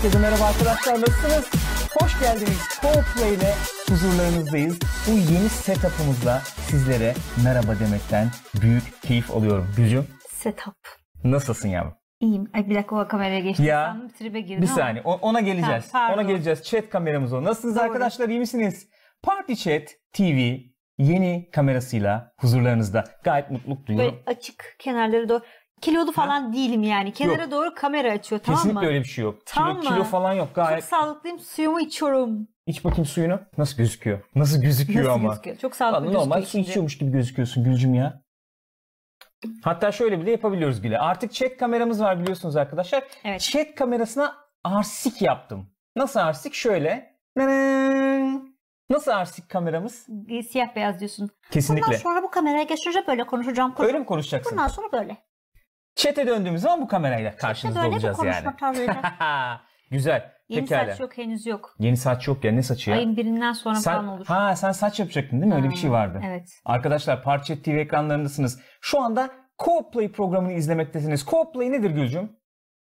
Herkese merhaba arkadaşlar, nasılsınız? Hoş geldiniz. CoPlay ile huzurlarınızdayız. Bu yeni setup'ımızla sizlere merhaba demekten büyük keyif alıyorum. Gülcüm. Setup. Nasılsın yavrum? İyiyim. Ay bir dakika, o kameraya geçtim. Ya, sandım, tribe girdim bir saniye. Ona geleceğiz. Tamam, ona geleceğiz. Chat kameramız o. Nasılsınız Doğru. arkadaşlar? İyi misiniz? Party Chat TV yeni kamerasıyla huzurlarınızda. Gayet mutluluk duyuyorum. Böyle açık kenarları doğru. Kilolu falan değilim yani. Kenara doğru kamera açıyor, tamam Kesinlikle mı? öyle bir şey yok. Tamam mı? Kilo falan yok. Çok Gayet. sağlıklıyım. Suyumu içiyorum. İç bakayım suyunu. Nasıl gözüküyor? Nasıl gözüküyor Nasıl ama? gözüküyor? Çok sağlıklı Vallahi gözüküyor. normal su içince. içiyormuş gibi gözüküyorsun Gülcüm ya. Hatta şöyle bile yapabiliyoruz bile. Artık chat kameramız var biliyorsunuz arkadaşlar. Evet. Chat kamerasına arsik yaptım. Nasıl arsik? Şöyle. Nasıl arsik kameramız? Siyah beyaz diyorsun. Kesinlikle. Bundan sonra bu kameraya geçince böyle konuşacağım. Öyle mi konuşacaksın? Bundan sonra böyle. Chat'e döndüğümüz zaman bu kamerayla karşınızda Böyle bir olacağız konuşma yani. tarzıyla. Güzel. Yeni Pekala. saç yok, henüz yok. Yeni saç yok ya. Ne saçı ya? Ayın birinden sonra falan olur. Sen saç yapacaktın değil mi? Öyle bir şey vardı. Evet. Arkadaşlar Party Chat TV ekranlarındasınız. Şu anda CoPlay programını izlemektesiniz. CoPlay nedir Gülcüm?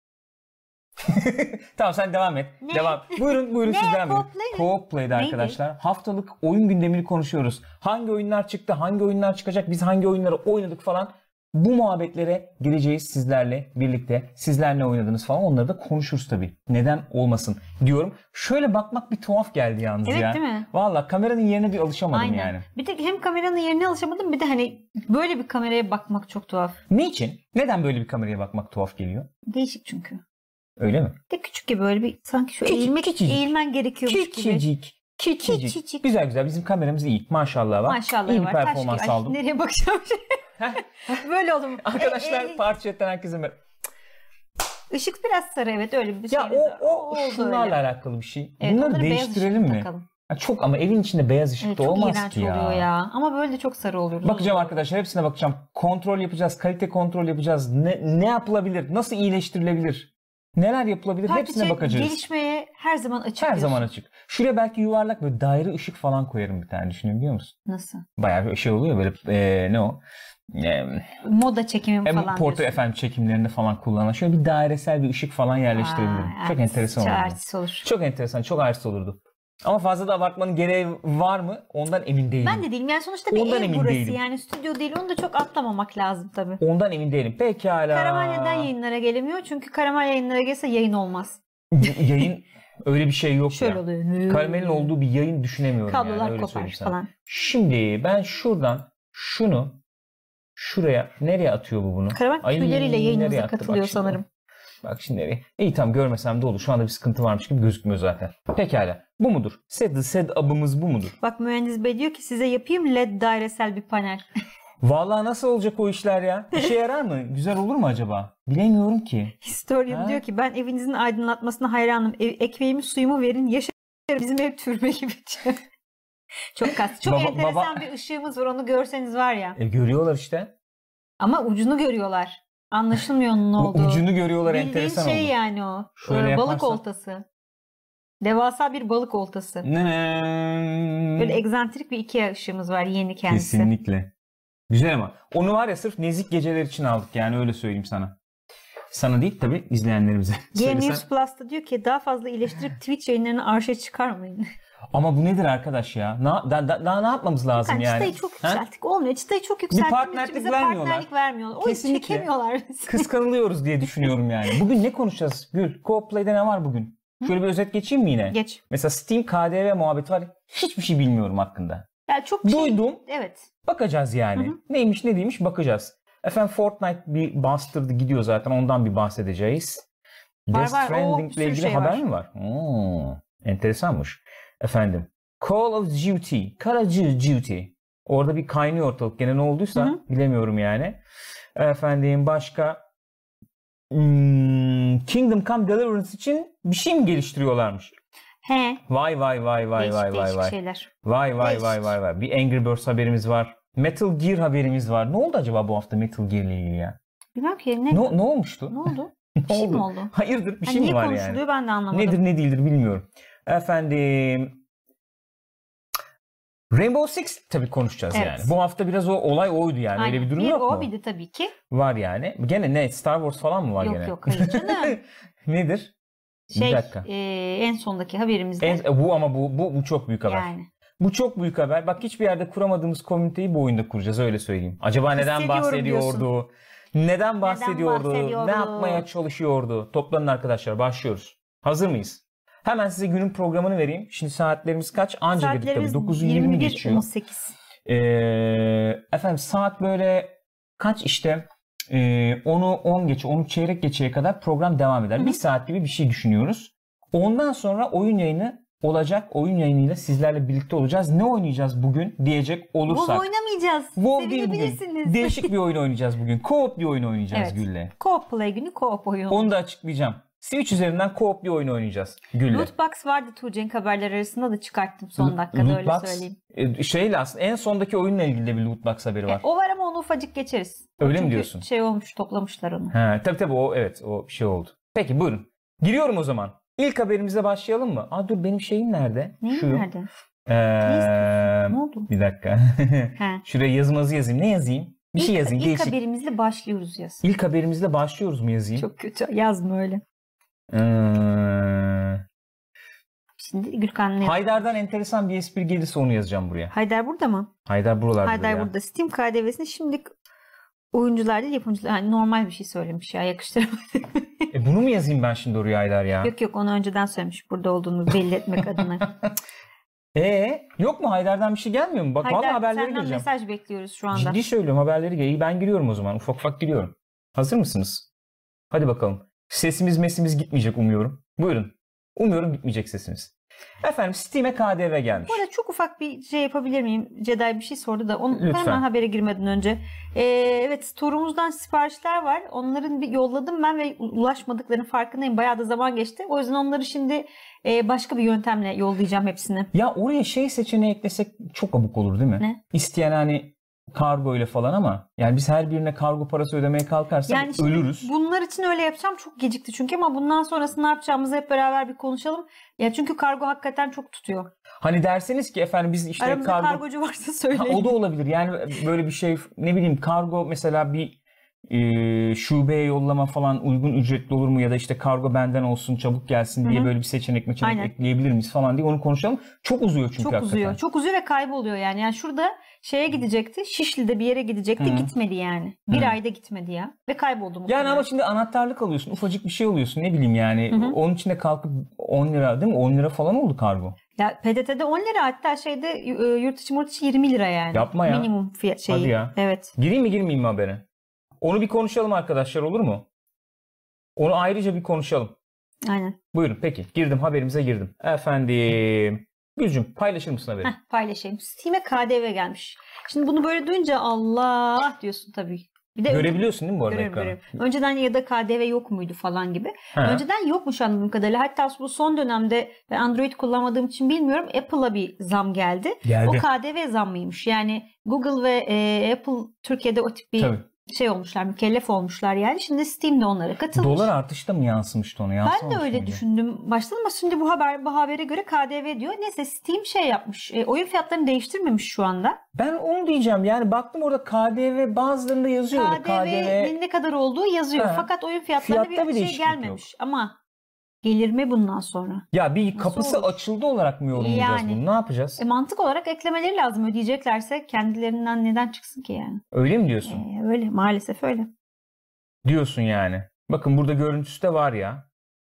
Tamam sen devam et. Ne? Devam. Buyurun siz devam edin. CoPlay ne? CoPlay'de arkadaşlar haftalık oyun gündemini konuşuyoruz. Hangi oyunlar çıktı, hangi oyunlar çıkacak, biz hangi oyunları oynadık falan. Bu muhabbetlere gireceğiz sizlerle birlikte. Sizler ne oynadınız falan, onları da konuşuruz tabii. Neden olmasın diyorum. Şöyle bakmak bir tuhaf geldi yalnız Evet, ya. değil mi? Valla kameranın yerine bir alışamadım Aynen. yani. Bir de hem kameranın yerine alışamadım, bir de hani böyle bir kameraya bakmak çok tuhaf. Ne için? Neden böyle bir kameraya bakmak tuhaf geliyor? Değişik çünkü. Öyle mi? De küçük gibi, böyle bir sanki şu Küçücük. eğilmen gerekiyormuş gibi. Küçücük. Küçücük. Güzel. Bizim kameramız iyi. Maşallah var. Maşallah İyi bir var. performans Taş gibi. Ay, aldım. nereye bakacağım? Böyle oldu mu? Arkadaşlar Party Chat'ten herkese merhaba. Işık biraz sarı, evet, öyle bir Ya şeyimiz var. o oldu şunlarla öyle. alakalı bir şey. Evet, Bunları onları beyaz değiştirelim ışık mi? takalım. Ya çok ama evin içinde beyaz ışık Evet, da çok olmaz iğrenç ki ya. oluyor ya. Ama böyle de çok sarı oluyor. Bakacağım arkadaşlar, hepsine bakacağım. Kontrol yapacağız, kalite kontrol yapacağız. Ne yapılabilir? Nasıl iyileştirilebilir? Neler yapılabilir? Hepsine bakacağız. Gelişmeye her zaman açık. Her diyorsun. zaman açık. Şuraya belki yuvarlak böyle daire ışık falan koyarım bir tane, düşünebiliyor musun? Nasıl? Bayağı bir şey oluyor böyle ne o? Moda çekimi falan Porto diyorsun. efendim çekimlerinde falan kullanılan şöyle bir dairesel bir ışık falan yerleştirebilirim. Çok enteresan olurdu. Artist olur. Çok enteresan, çok artist olurdu. Ama fazla da abartmanın gereği var mı? Ondan emin değilim. Ben de değilim. Yani sonuçta bir Ondan ev emin burası. değilim. Yani stüdyo değil. Onu da çok atlamamak lazım tabii. Ondan emin değilim. Pekala. Karamal neden yayınlara gelemiyor? Çünkü Karamal yayınlara gelse yayın olmaz. Yayın öyle bir şey yok Şöyle ya. oluyor. Karamelin olduğu bir yayın düşünemiyorum yani. Kablolar Öyle kopar söyleyeyim sana. falan. Şimdi ben şuradan şunu şuraya, nereye atıyor bu bunu? Karamal Ay, tüyleriyle nereye yayınımıza attı? katılıyor Bak şimdi. sanırım. Bak şimdi nereye? İyi tamam, görmesem de olur. Şu anda bir sıkıntı varmış gibi gözükmüyor zaten. Pekala. Bu mudur? Setup'ımız bu mudur? Bak mühendis bey diyor ki size yapayım LED dairesel bir panel. Vallahi nasıl olacak o işler ya? İşe yarar mı? Güzel olur mu acaba? Bilemiyorum ki. Historian Ha? diyor ki ben evinizin aydınlatmasına hayranım. Ekmeğimi suyumu verin. Yaşarım, bizim ev türbe gibi. Çok kast. Çok enteresan bir ışığımız var. Onu görseniz var ya. Görüyorlar işte. Ama ucunu görüyorlar. Anlaşılmıyor onun ne olduğu. Ucunu görüyorlar, Bildiğin enteresan şey oldu. yani o. Şöyle Balık yaparsan- oltası. Devasa bir balık oltası. Böyle egzantrik bir IKEA ışığımız var, yeni kendisi. Kesinlikle. Güzel ama. Onu var ya sırf nezik geceler için aldık yani, öyle söyleyeyim sana. Sana değil tabii, izleyenlerimize. Game News Söylesen. Plus'ta diyor ki daha fazla iyileştirip Twitch yayınlarını arşa çıkarmayın. Ama bu nedir arkadaş ya? Daha ne yapmamız lazım yani? Çıtayı çok yükselttik. Olmuyor. Çıtayı çok yükselttiğimiz partnerlik için bize vermiyorlar. partnerlik vermiyorlar. O Kesinlikle. çekemiyorlar bizi. Kıskanılıyoruz diye düşünüyorum yani. Bugün ne konuşacağız Gül? CoPlay'de ne var bugün? Şöyle bir özet geçeyim mi yine? Geç. Mesela Steam KDV muhabbeti var. Hiçbir şey bilmiyorum hakkında. Yani çok Duydum. Evet. Bakacağız yani. Hı hı. Neymiş ne değilmiş bakacağız. Efendim Fortnite bir bastırdı gidiyor zaten, ondan bir bahsedeceğiz. Var, Death var. Stranding Bir ile sürü ilgili şey haber var. mi var? Enteresanmış. Efendim Call of Duty. Call of Duty. Orada bir kaynıyor ortalık. Gene ne olduysa Hı hı. bilemiyorum yani. Efendim başka Kingdom Come Deliverance için bir şey mi geliştiriyorlarmış? He. Vay. Değişik şeyler. Vay. Bir Angry Birds haberimiz var. Metal Gear haberimiz var. Ne oldu acaba bu hafta Metal Gear ile ilgili ya? Bilmem ki ne olmuştu? ne oldu? Bir şey mi oldu? Hayırdır, bir şey mi niye var yani? konuşuluyor ben de anlamadım. Nedir ne değildir bilmiyorum. Efendim Rainbow Six tabii konuşacağız Evet. yani. Bu hafta biraz o olay oydu yani. Aynen. Öyle bir durum bir yok o mu? bir de tabii ki. Var yani. Gene ne? Star Wars falan mı var gene? Yok hayır canım. Nedir? Bir dakika. En sondaki haberimizde. Bu çok büyük haber. Yani. Bu çok büyük haber. Bak hiçbir yerde kuramadığımız komüniteyi bu oyunda kuracağız, öyle söyleyeyim. Acaba neden bahsediyordu? Diyorsun. Neden bahsediyordu? Ne yapmaya çalışıyordu? Toplanın arkadaşlar, başlıyoruz. Hazır mıyız? Hemen size günün programını vereyim. Şimdi saatlerimiz kaç? Anca girdik tabii. 9'u 20 geçiyor. 18. Efendim saat böyle kaç işte 10'u 10 geçe, 10'u çeyrek geçeye kadar program devam eder. Bir saat gibi bir şey düşünüyoruz. Ondan sonra oyun yayını olacak. Oyun yayınıyla sizlerle birlikte olacağız. Ne oynayacağız bugün diyecek olursak. WoW oynamayacağız. WoW değil bugün. Değişik bir oyun oynayacağız bugün. Co-op bir oyun oynayacağız Gül'le. Co-op play günü, co-op oyunu. Onu da açıklayacağım. Switch üzerinden co-op bir oyun oynayacağız Gül'le. Lootbox vardı Tuğcenk haberler arasında da çıkarttım son dakikada, öyle söyleyeyim. Şeyle aslında en sondaki oyunla ilgili de bir Lootbox haberi var. O var ama onu ufacık geçeriz. Öyle mi diyorsun? Şey olmuş, toplamışlar onu. Tabii o evet, o şey oldu. Peki buyurun. Giriyorum o zaman. İlk haberimize başlayalım mı? Dur benim şeyim nerede? Neyin nerede? Ne oldu? Bir dakika. Şuraya yazmazı yazayım. Ne yazayım? Bir şey yazayım. İlk haberimizle başlıyoruz yaz. İlk haberimizle başlıyoruz mu yazayım? Çok kötü. Yazma öyle. Şimdi Gürkan ne? Haydar'dan enteresan bir espri gelirse onu yazacağım buraya. Haydar burada mı? Haydar buralarda. Haydar burada. Steam KDV'sini şimdilik oyuncular değil yapımcılar. Yani normal bir şey söylemiş ya, yakıştıramadım. Bunu mu yazayım ben şimdi oraya Haydar ya? Yok onu önceden söylemiş burada olduğunu belli etmek adına. Yok mu Haydar'dan bir şey gelmiyor mu? Bak Haydar, vallahi haberleri gireceğim. senden mesaj bekliyoruz şu anda. Ciddi söylüyorum, haberleri geliyor. Ben giriyorum o zaman. Ufak giriyorum. Hazır mısınız? Hadi bakalım. Sesimiz gitmeyecek umuyorum. Buyurun. Umuyorum gitmeyecek sesimiz. Efendim Steam'e KDV gelmiş. Bu arada çok ufak bir şey yapabilir miyim? Cedi bir şey sordu da. Lütfen. Hemen habere girmeden önce. Evet, store'umuzdan siparişler var. Onların bir yolladım ben ve ulaşmadıklarının farkındayım. Bayağı da zaman geçti. O yüzden onları şimdi başka bir yöntemle yollayacağım hepsini. Ya oraya seçeneği eklesek çok abuk olur değil mi? Ne? İsteyen hani kargo ile falan ama yani biz her birine kargo parası ödemeye kalkarsak yani ölürüz. Bunlar için öyle yapacağım, çok gecikti çünkü, ama bundan sonrası ne yapacağımızı hep beraber bir konuşalım. Ya çünkü kargo hakikaten çok tutuyor. Hani derseniz ki efendim biz işte aramızda kargocu varsa söyleyin. O da olabilir. Yani böyle bir şey, ne bileyim, kargo mesela bir şubeye yollama falan uygun ücretli olur mu, ya da işte kargo benden olsun çabuk gelsin diye böyle bir seçenek ekleyebilir miyiz falan diye onu konuşalım. Çok uzuyor çünkü hakikaten. Çok uzuyor ve kayboluyor yani. Yani şurada şeye gidecekti, Şişli'de bir yere gidecekti, gitmedi yani. Bir ayda gitmedi ya ve kayboldu. Yani ama şimdi anahtarlık alıyorsun, ufacık bir şey oluyorsun, ne bileyim yani. Onun içinde kalkıp 10 lira değil mi? 10 lira falan oldu kargo. Ya PTT'de 10 lira, hatta şeyde yurt içi 20 lira yani. Yapma ya. Minimum fiyat şeyi. Hadi ya. Evet. Gireyim mi girmeyeyim mi habere? Onu bir konuşalım arkadaşlar, olur mu? Onu ayrıca bir konuşalım. Aynen. Buyurun peki. Haberimize girdim. Efendim. Gülcüm paylaşır mısın haberi? Paylaşayım. Steam'e KDV gelmiş. Şimdi bunu böyle duyunca Allah diyorsun tabii. Bir de görebiliyorsun değil mi bu arada ekranı? Görüyorum. Önceden ya da KDV yok muydu falan gibi. Önceden yokmuş anladığım kadarıyla. Hatta bu son dönemde ben Android kullanmadığım için bilmiyorum, Apple'a bir zam geldi. O KDV zammıymış. Yani Google ve Apple Türkiye'de o tip bir şey olmuşlar, mükellef olmuşlar yani. Şimdi Steam de onlara katılmış. Dolar artışta mı yansımıştı ona? Ben de öyle düşündüm baştan, ama şimdi bu habere göre KDV diyor. Neyse, Steam şey yapmış. Oyun fiyatlarını değiştirmemiş şu anda. Ben onu diyeceğim. Yani baktım orada KDV bazılarında yazıyor. KDV'nin ne kadar olduğu yazıyor. Fakat oyun fiyatlarında bir şey gelmemiş. Yok. Ama gelir mi bundan sonra? Ya bir kapısı açıldı olarak mı yorumlayacağız bunu? Ne yapacağız? Mantık olarak eklemeleri lazım. Ödeyeceklerse kendilerinden neden çıksın ki yani? Öyle mi diyorsun? Öyle. Maalesef öyle. Diyorsun yani. Bakın burada görüntüsü de var ya.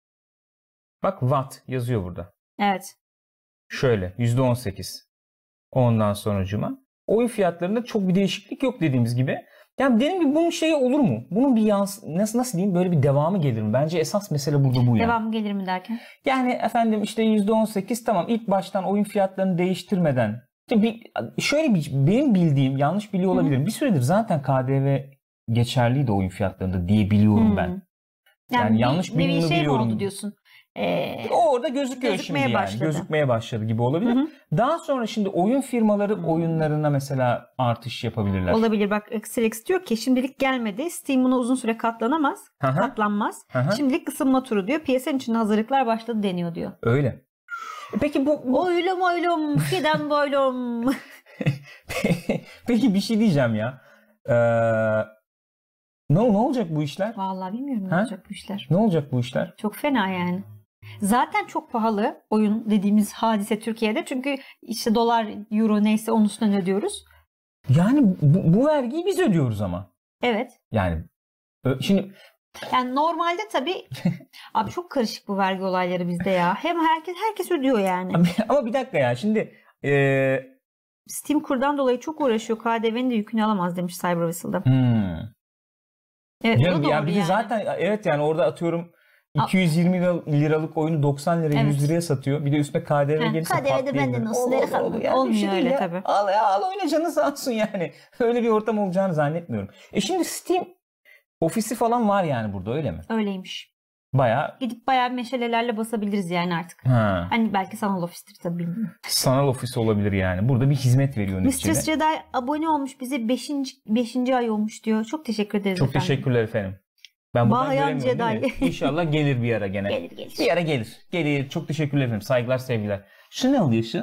Bak watt yazıyor burada. Evet. Şöyle %18. Ondan sonracığıma. Oyun fiyatlarında çok bir değişiklik yok dediğimiz gibi. Yani dediğim gibi bunun şeyi olur mu? Bunun bir nasıl diyeyim, böyle bir devamı gelir mi? Bence esas mesele burada bu yani. Devamı gelir mi derken? Yani efendim işte %18 tamam, ilk baştan oyun fiyatlarını değiştirmeden. Benim bildiğim, yanlış biliyor olabilirim. Bir süredir zaten KDV geçerliydi oyun fiyatlarında diye biliyorum ben. Yani yanlış bildiğimi biliyorum. Oldu diyorsun. Orada gözüküyor şimdi yani. Gözükmeye başladı gibi olabilir. Daha sonra şimdi oyun firmaları oyunlarına mesela artış yapabilirler. Olabilir. Bak Xelex diyor ki şimdilik gelmedi. Steam buna uzun süre katlanmaz. Şimdilik ısınma turu diyor. PSN için hazırlıklar başladı deniyor diyor. Öyle. Peki bu... Oylum fidan boylum. Peki bir şey diyeceğim ya. Ne olacak bu işler? Vallahi bilmiyorum ne olacak bu işler. Ne olacak bu işler? Çok fena yani. Zaten çok pahalı oyun dediğimiz hadise Türkiye'de. Çünkü işte dolar, euro neyse onun üstüne ödüyoruz. Yani bu vergiyi biz ödüyoruz ama. Evet. Yani şimdi... Yani normalde tabii abi çok karışık bu vergi olayları bizde ya. Hem herkes ödüyor yani. Ama bir dakika ya şimdi... Steam kurdan dolayı çok uğraşıyor. KDV'nin de yükünü alamaz demiş Cyberwhistle'da. Evet, ya, ya bir de zaten evet yani orada atıyorum 220 liralık oyunu 90 liraya 100 liraya satıyor. Bir de üstüne KDV gelirse KDV'de benden olsun. Olmuyor öyle tabii. Al oyna canı sağ olsun yani. Öyle bir ortam olacağını zannetmiyorum. Şimdi Steam ofisi falan var yani burada öyle mi? Öyleymiş. Gidip bayağı meşalelerle basabiliriz yani artık. Hani belki sanal ofistir tabii bilmiyorum. Sanal ofis olabilir yani. Burada bir hizmet veriyor neticede. Mistress Jedi abone olmuş bize 5. ay olmuş diyor. Çok teşekkür ederiz efendim. Çok teşekkürler efendim. Ben buradan Bahayan Jedi. İnşallah gelir bir ara gene. Gelir. Bir ara gelir. Çok teşekkürler efendim. Saygılar sevgiler. Şu ne alıyorsun?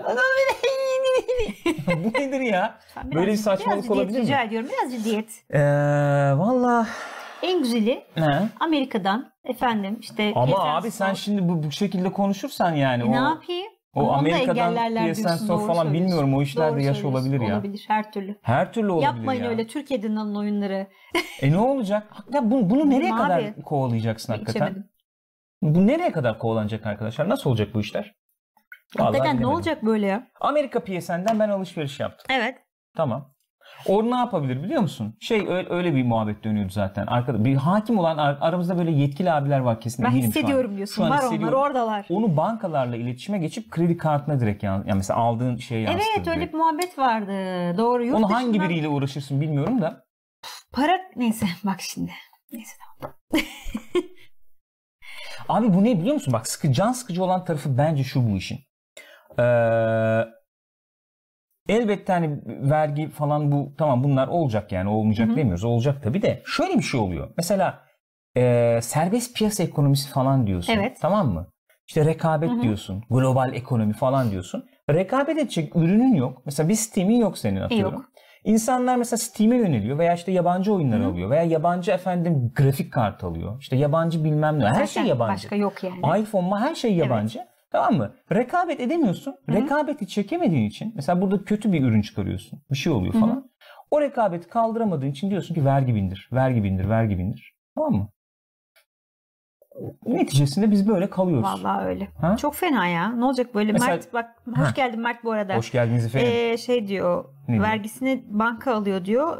Bu nedir ya? Böyle bir saçmalık olabilir mi? Rica ediyorum. Biraz ciddiyet. Valla... En güzeli Amerika'dan efendim işte... Ama abi sen şimdi bu şekilde konuşursan yani... Ne yapayım? O Amerika'dan PSN Store falan bilmiyorum. O işlerde yaş olabilir ya. Olabilir her türlü. Her türlü olabilir. Yapmayın öyle Türkiye'den alın oyunları. Ne olacak? Ya bunu nereye kadar kovalayacaksın hakikaten? İçemedim. Bu nereye kadar kovalanacak arkadaşlar? Nasıl olacak bu işler? Hakikaten ne olacak böyle ya? Amerika PSN'den ben alışveriş yaptım. Evet. Tamam. O ne yapabilir biliyor musun? Öyle bir muhabbet dönüyordu zaten. Arkada bir hakim olan aramızda böyle yetkili abiler var kesin. Ben hissediyorum diyorsun. Var onlar oradalar. Onu bankalarla iletişime geçip kredi kartına direkt yani mesela aldığın şeye yansıtır. Evet öyle bir muhabbet vardı. Doğru. Onu hangi biriyle uğraşırsın bilmiyorum da. Para neyse bak şimdi. Neyse tamam. Abi bu ne biliyor musun? Bak can sıkıcı olan tarafı bence şu bu işin. Elbette hani vergi falan bu tamam bunlar olacak yani olmayacak demiyoruz. Olacak tabii de şöyle bir şey oluyor. Mesela serbest piyasa ekonomisi falan diyorsun. Evet. Tamam mı? İşte rekabet diyorsun. Global ekonomi falan diyorsun. Rekabet edecek ürünün yok. Mesela bir Steam'in yok senin atıyorum. Yok. İnsanlar mesela Steam'e yöneliyor veya işte yabancı oyunları alıyor veya yabancı grafik kart alıyor. İşte yabancı bilmem ne. Her şey yabancı. Başka yok yani. iPhone her şey yabancı. Evet. Tamam mı? Rekabet edemiyorsun. Rekabeti çekemediğin için mesela burada kötü bir ürün çıkarıyorsun. Bir şey oluyor falan. O rekabeti kaldıramadığın için diyorsun ki vergi bindir. Vergi bindir. Tamam mı? Neticesinde biz böyle kalıyoruz. Vallahi öyle. Ha? Çok fena ya. Ne olacak böyle? Mesela, Mert bak hoş geldin Mert bu arada. Hoş geldiniz efendim. Şey diyor. Vergisini banka alıyor diyor.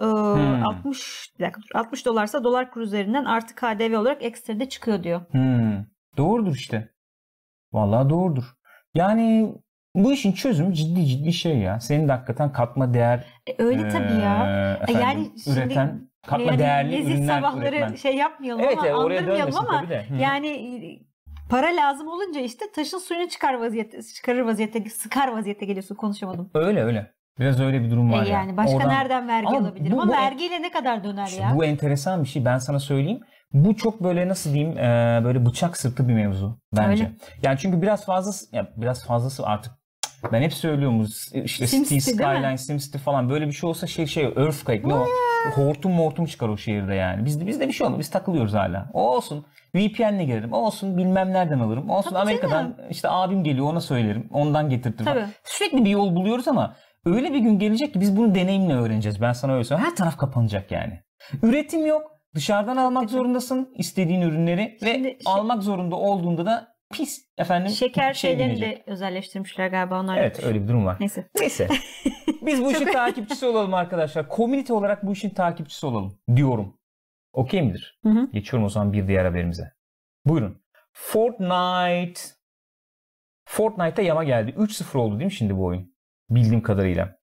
60 dolarsa dolar kuru üzerinden artı KDV olarak ekstra da çıkıyor diyor. Doğrudur işte. Vallahi doğrudur. Yani bu işin çözümü ciddi şey ya. Senin de hakikaten katma değer öyle tabii ya. Yani üreten katma değerli ürünler sabahları üretmen. Şey yapmayalım evet, ama andırmayalım ama yani para lazım olunca işte taşın suyunu sıkar vaziyette geliyorsun. Konuşamadım. Öyle. Biraz öyle bir durum var yani. Başka nereden vergi alabilirim? Ama vergiyle ne kadar döner ya? Bu enteresan bir şey. Ben sana söyleyeyim. Bu çok böyle nasıl diyeyim böyle bıçak sırtı bir mevzu bence. Öyle. Yani çünkü biraz fazlası artık ben hep söylüyorum işte City Skyline, SimCity falan böyle bir şey olsa Earthquake ne o? Hortum çıkar o şehirde yani. Bizde bir şey olmuyor. Biz takılıyoruz hala. O olsun. VPN'le gelirim. O olsun bilmem nereden alırım. Olsun tabii Amerika'dan işte abim geliyor ona söylerim. Ondan getirtirim. Sürekli bir yol buluyoruz ama öyle bir gün gelecek ki biz bunu deneyimle öğreneceğiz. Ben sana öyle söyleyeyim. Her taraf kapanacak yani. Üretim yok. Dışarıdan almak zorundasın istediğin ürünleri ve almak zorunda olduğunda da pis şeker şeylerini de özelleştirmişler galiba onlar. Evet öyle bir durum var. Neyse. Biz bu işin takipçisi olalım arkadaşlar. Komünite olarak bu işin takipçisi olalım diyorum. Okey midir? Geçiyorum o zaman bir diğer haberimize. Buyurun. Fortnite'a yama geldi. 3-0 oldu değil mi şimdi bu oyun? Bildiğim kadarıyla.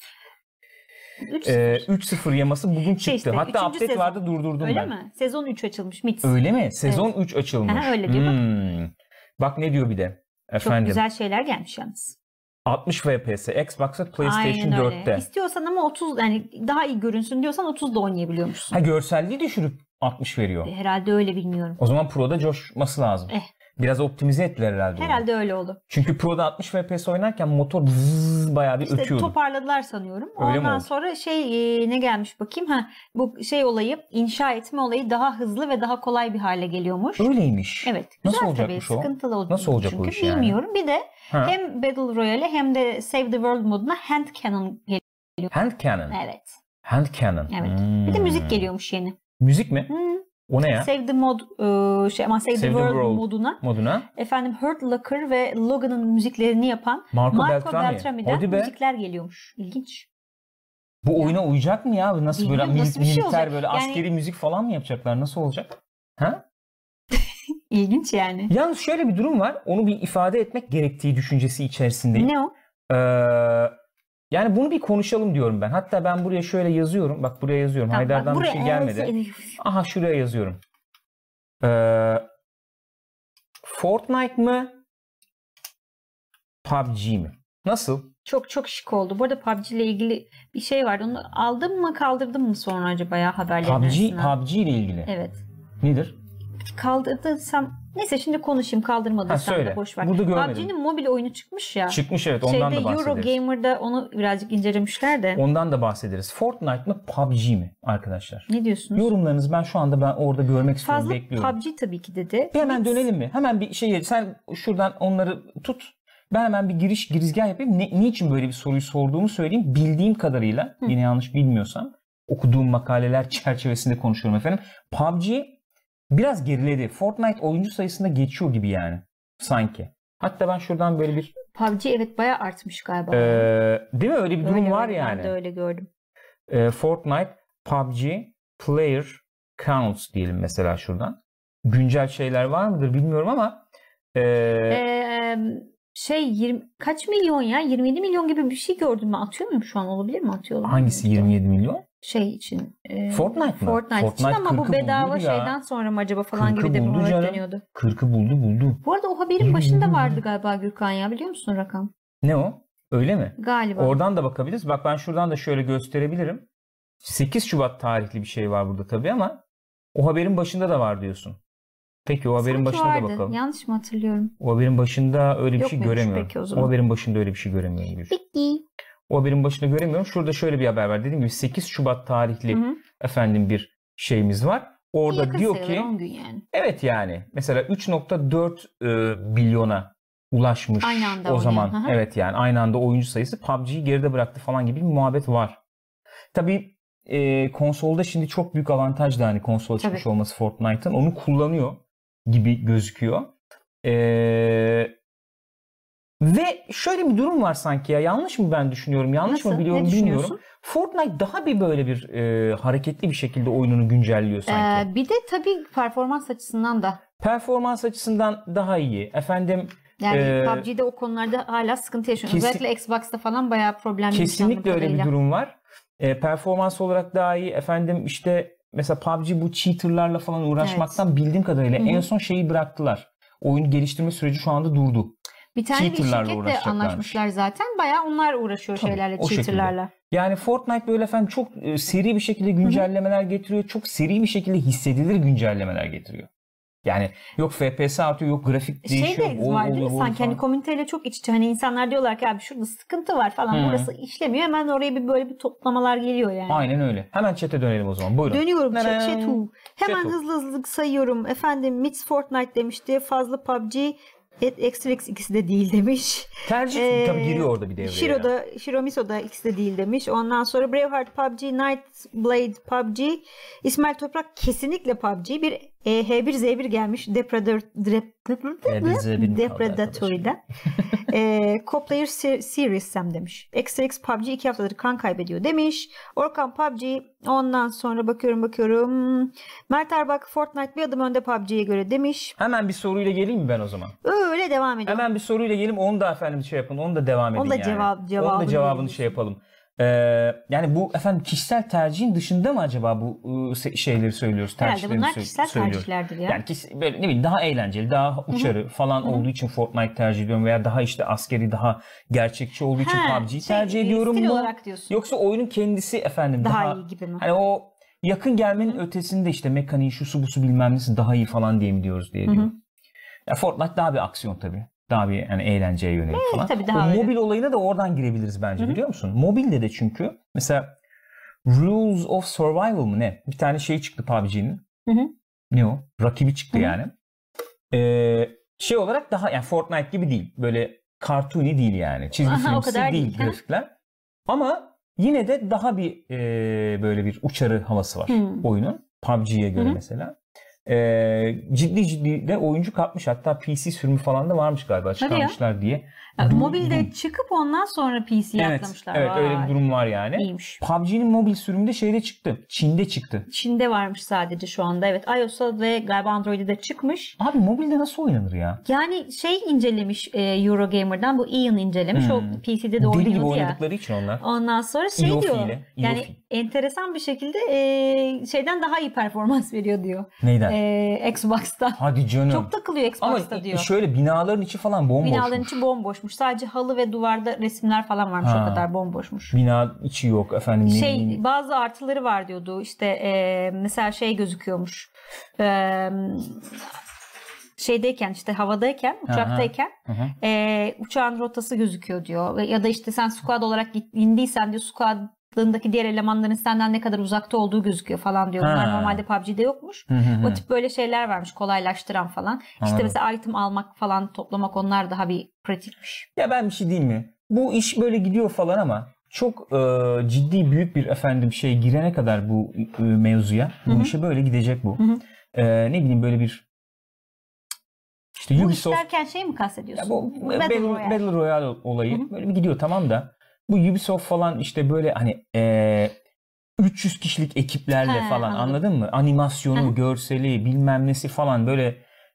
3-0 yaması bugün çıktı. İşte, hatta update sezon vardı durdurdum öyle ben. Öyle mi? Sezon 3 açılmış. Mix. Öyle mi? Sezon 3 açılmış. Öyle diyor bak. Bak ne diyor bir de. Efendim. Çok güzel şeyler gelmiş yalnız. 60 FPS, Xbox'a, PlayStation 4'te. İstiyorsan ama 30 yani daha iyi görünsün diyorsan 30'da oynayabiliyormuşsun. Görselliği düşürüp 60 veriyor. Herhalde öyle bilmiyorum. O zaman Pro'da coşması lazım. Biraz optimize ettiler herhalde. Herhalde öyle oldu. Çünkü Pro'da 60 FPS oynarken motor bayağı bir işte ötüyordu. Toparladılar sanıyorum. Öyle Ondan sonra ne gelmiş bakayım. Bu olayı, inşa etme olayı daha hızlı ve daha kolay bir hale geliyormuş. Öyleymiş. Evet. Güzel. Nasıl olacakmış tabii. o? Sıkıntılı oldu. Nasıl olacak çünkü o iş yani? bilmiyorum. Bir de hem Battle Royale hem de Save the World moduna hand cannon geliyor. Hand cannon. Evet. Hand cannon. Evet. Bir de müzik geliyormuş yeni. Müzik mi? O ne ya? Save the mod Save the World moduna efendim Hurt Locker ve Logan'ın müziklerini yapan Marco Beltrami'den müzikler geliyormuş. İlginç. Bu oyuna uyacak mı ya? Nasıl bilmiyorum, böyle nasıl bir şey militer olacak? böyle askeri müzik falan mı yapacaklar? Nasıl olacak? Ha? İlginç yani. Yalnız şöyle bir durum var. Onu bir ifade etmek gerektiği düşüncesi içerisindeyim. Ne o? Yani bunu bir konuşalım diyorum ben. Hatta ben buraya şöyle yazıyorum. Bak buraya yazıyorum. Tamam, Haydar'dan bir şey gelmedi. Aha şuraya yazıyorum. Fortnite mı? PUBG mi? Nasıl? Çok çok şık oldu. Bu arada PUBG ile ilgili bir şey vardı. Onu aldın mı kaldırdın mı sonra acaba ya haberlerin PUBG ile ilgili. Evet. Nedir? Kaldırdıysam neyse şimdi konuşayım, kaldırmadıysam da boş ver. PUBG'nin mobil oyunu çıkmış ya. Çıkmış evet, ondan da bahsederiz. Eurogamer'da onu birazcık incelemişler de. Ondan da bahsederiz. Fortnite mı PUBG mi arkadaşlar? Ne diyorsunuz? Yorumlarınızı ben orada görmek istiyorum, bekliyorum. Fazla PUBG tabii ki dedi. Bir hemen dönelim mi? Hemen bir sen şuradan onları tut. Ben hemen bir girizgah yapayım. Niçin böyle bir soruyu sorduğumu söyleyeyim. Bildiğim kadarıyla, yine yanlış bilmiyorsam, okuduğum makaleler çerçevesinde konuşuyorum efendim. PUBG biraz geriledi. Fortnite oyuncu sayısında geçiyor gibi yani. Sanki. Hatta ben şuradan böyle bir... PUBG evet bayağı artmış galiba. Değil mi? Öyle bir durum var yani. Ben de öyle gördüm. Fortnite, PUBG, Player Counts diyelim mesela şuradan. Güncel şeyler var mıdır bilmiyorum ama... kaç milyon ya? 27 milyon gibi bir şey gördüm ben. Atıyor muyum şu an? Olabilir mi? Atıyorlar. Hangisi 27 milyon? için. Fortnite mı? Fortnite için ama bu bedava şeyden sonra mı acaba falan gibi de bir muhabbet dönüyordu. 40'ı buldu. Bu arada o haberin başında vardı galiba Gürkan ya, biliyor musun rakam? Ne o? Öyle mi? Galiba. Oradan da bakabiliriz. Bak ben şuradan da şöyle gösterebilirim. 8 Şubat tarihli bir şey var burada tabii ama o haberin başında da var diyorsun. Peki o haberin başına vardı. da bakalım. Yanlış mı hatırlıyorum? O haberin başında öyle bir şey göremiyorum. Peki o zaman. O haberin başında öyle bir şey göremiyorum. Peki. O haberin başında göremiyorum. Şurada şöyle bir haber var. Dediğim gibi 8 Şubat tarihli efendim bir şeyimiz var. Orada yakın diyor sayılır, ki 10 gün yani. Evet yani mesela 3.4 milyona ulaşmış o zaman. Evet yani aynı anda oyuncu sayısı PUBG'yi geride bıraktı falan gibi bir muhabbet var. Tabii konsolda şimdi çok büyük avantaj da hani konsol çıkmış olması Fortnite'ın. Onu kullanıyor gibi gözüküyor. Ve şöyle bir durum var sanki ya. Yanlış mı ben düşünüyorum? Yanlış mı biliyorum bilmiyorum. Fortnite daha bir böyle bir hareketli bir şekilde oyununu güncelliyor sanki. Bir de tabii performans açısından da. Performans açısından daha iyi. Efendim yani PUBG'de o konularda hala sıkıntı yaşıyor. Özellikle Xbox'ta falan bayağı problemli. Kesinlikle öyle bir durum var. Performans olarak daha iyi. Efendim işte mesela PUBG bu cheater'larla falan uğraşmaktan bildiğim kadarıyla en son şeyi bıraktılar. Oyun geliştirme süreci şu anda durdu. Bir tane bir şirketle anlaşmışlar zaten. Bayağı onlar uğraşıyor şeylerle, cheater'larla. Yani Fortnite böyle efendim çok seri bir şekilde güncellemeler getiriyor. Çok seri bir şekilde hissedilir güncellemeler getiriyor. Yani yok FPS artıyor, yok grafik değişiyor. Şey de var değil mi? Sanki hani komüniteyle çok iç içe. Hani insanlar diyorlar ki abi şurada sıkıntı var falan. Burası işlemiyor. Hemen oraya böyle bir toplamalar geliyor yani. Aynen öyle. Hemen chat'e dönelim o zaman. Buyurun. Dönüyorum chat'e. Hemen hızlı sayıyorum. Efendim Mits Fortnite demişti. Fazla PUBG. XRX ikisi de değil demiş. Tercih tabii giriyor orada bir devreye. Shiromiso da ikisi de değil demiş. Ondan sonra Braveheart PUBG, Nightblade PUBG, İsmail Toprak kesinlikle PUBG. Bir H1Z1 gelmiş. Depredatory'den. Co-Player Series Sam demiş. XRX PUBG 2 haftadır kan kaybediyor demiş. Orkan PUBG. Ondan sonra bakıyorum. Mert Erbak Fortnite bir adım önde PUBG'ye göre demiş. Hemen bir soruyla geleyim mi ben o zaman? Öyle devam edelim. Hemen bir soruyla geleyim. Onu da efendim şey yapın. Onu da devam edin yani. Onun da cevabını şey yapalım. Yani bu efendim kişisel tercihin dışında mı acaba bu şeyleri söylüyoruz? Herhalde bunlar kişisel tercihlerdir ya. Yani böyle ne bileyim daha eğlenceli, daha uçarı falan olduğu için Fortnite tercih ediyorum veya daha işte askeri, daha gerçekçi olduğu için PUBG'yi tercih ediyorum stil mu? Olarak diyorsun. Yoksa oyunun kendisi efendim daha iyi gibi mi? Hani o yakın gelmenin ötesinde işte mekaniği şusu busu bilmem nesi daha iyi falan diye mi diyoruz diye diyorum. Ya Fortnite daha bir aksiyon tabii. Daha bir yani eğlenceye yönelik falan. Tabii daha mobil olayına da oradan girebiliriz bence, biliyor musun? Mobilde de çünkü mesela Rules of Survival mı ne? Bir tane şey çıktı PUBG'nin. Ne o? Rakibi çıktı yani. Şey olarak daha yani Fortnite gibi değil. Böyle cartoony değil yani. Çizgi filmsi değil grafikler. Ama yine de daha bir böyle bir uçarı havası var oyunun. PUBG'ye göre mesela. Ciddi de oyuncu kapmış. Hatta PC sürümü falan da varmış galiba. Çıkarmışlar diye. Mobilde çıkıp ondan sonra PC'ye atlamışlar. Evet, öyle bir durum var yani. İyiymiş. PUBG'nin mobil sürümü de şeyde çıktı. Çin'de çıktı. Çin'de varmış sadece şu anda. Evet, iOS'a ve galiba Android'e de çıkmış. Abi mobilde nasıl oynanır ya? Yani şey incelemiş Eurogamer'dan, bu Ian incelemiş. O PC'de de oynuyordu ya. Deli gibi oynadıkları için onlar. Ondan sonra diyor. Yani enteresan bir şekilde şeyden daha iyi performans veriyor diyor. Neyden? Xbox'ta. Hadi canım. Çok takılıyor Xbox'ta diyor. Ama şöyle binaların içi falan bomboşmuş. Binaların içi bomboşmuş. Sadece halı ve duvarda resimler falan varmış. O kadar bomboşmuş. Bina içi yok efendim. Bazı artıları var diyordu. İşte mesela şey gözüküyormuş. Şeydeyken, işte havadayken, uçaktayken uçağın rotası gözüküyor diyor. Ya da işte sen squad olarak indiysen diyor, squad'ındaki diğer elemanların senden ne kadar uzakta olduğu gözüküyor falan diyor. Bunlar normalde PUBG'de yokmuş. O tip böyle şeyler varmış, kolaylaştıran falan. İşte mesela item almak falan, toplamak, onlar daha bir pratikmiş. Ya ben bir şey diyeyim mi? Bu iş böyle gidiyor falan ama çok ciddi büyük bir şey girene kadar bu mevzuya, bu işe böyle gidecek bu. Ne bileyim böyle bir İşte bu iş derken şey mi kastediyorsun? Bu Battle Royale olayı böyle bir gidiyor, tamam da bu Ubisoft falan işte böyle hani 300 kişilik ekiplerle falan, anladın mı? Animasyonu, görseli, bilmem nesi falan böyle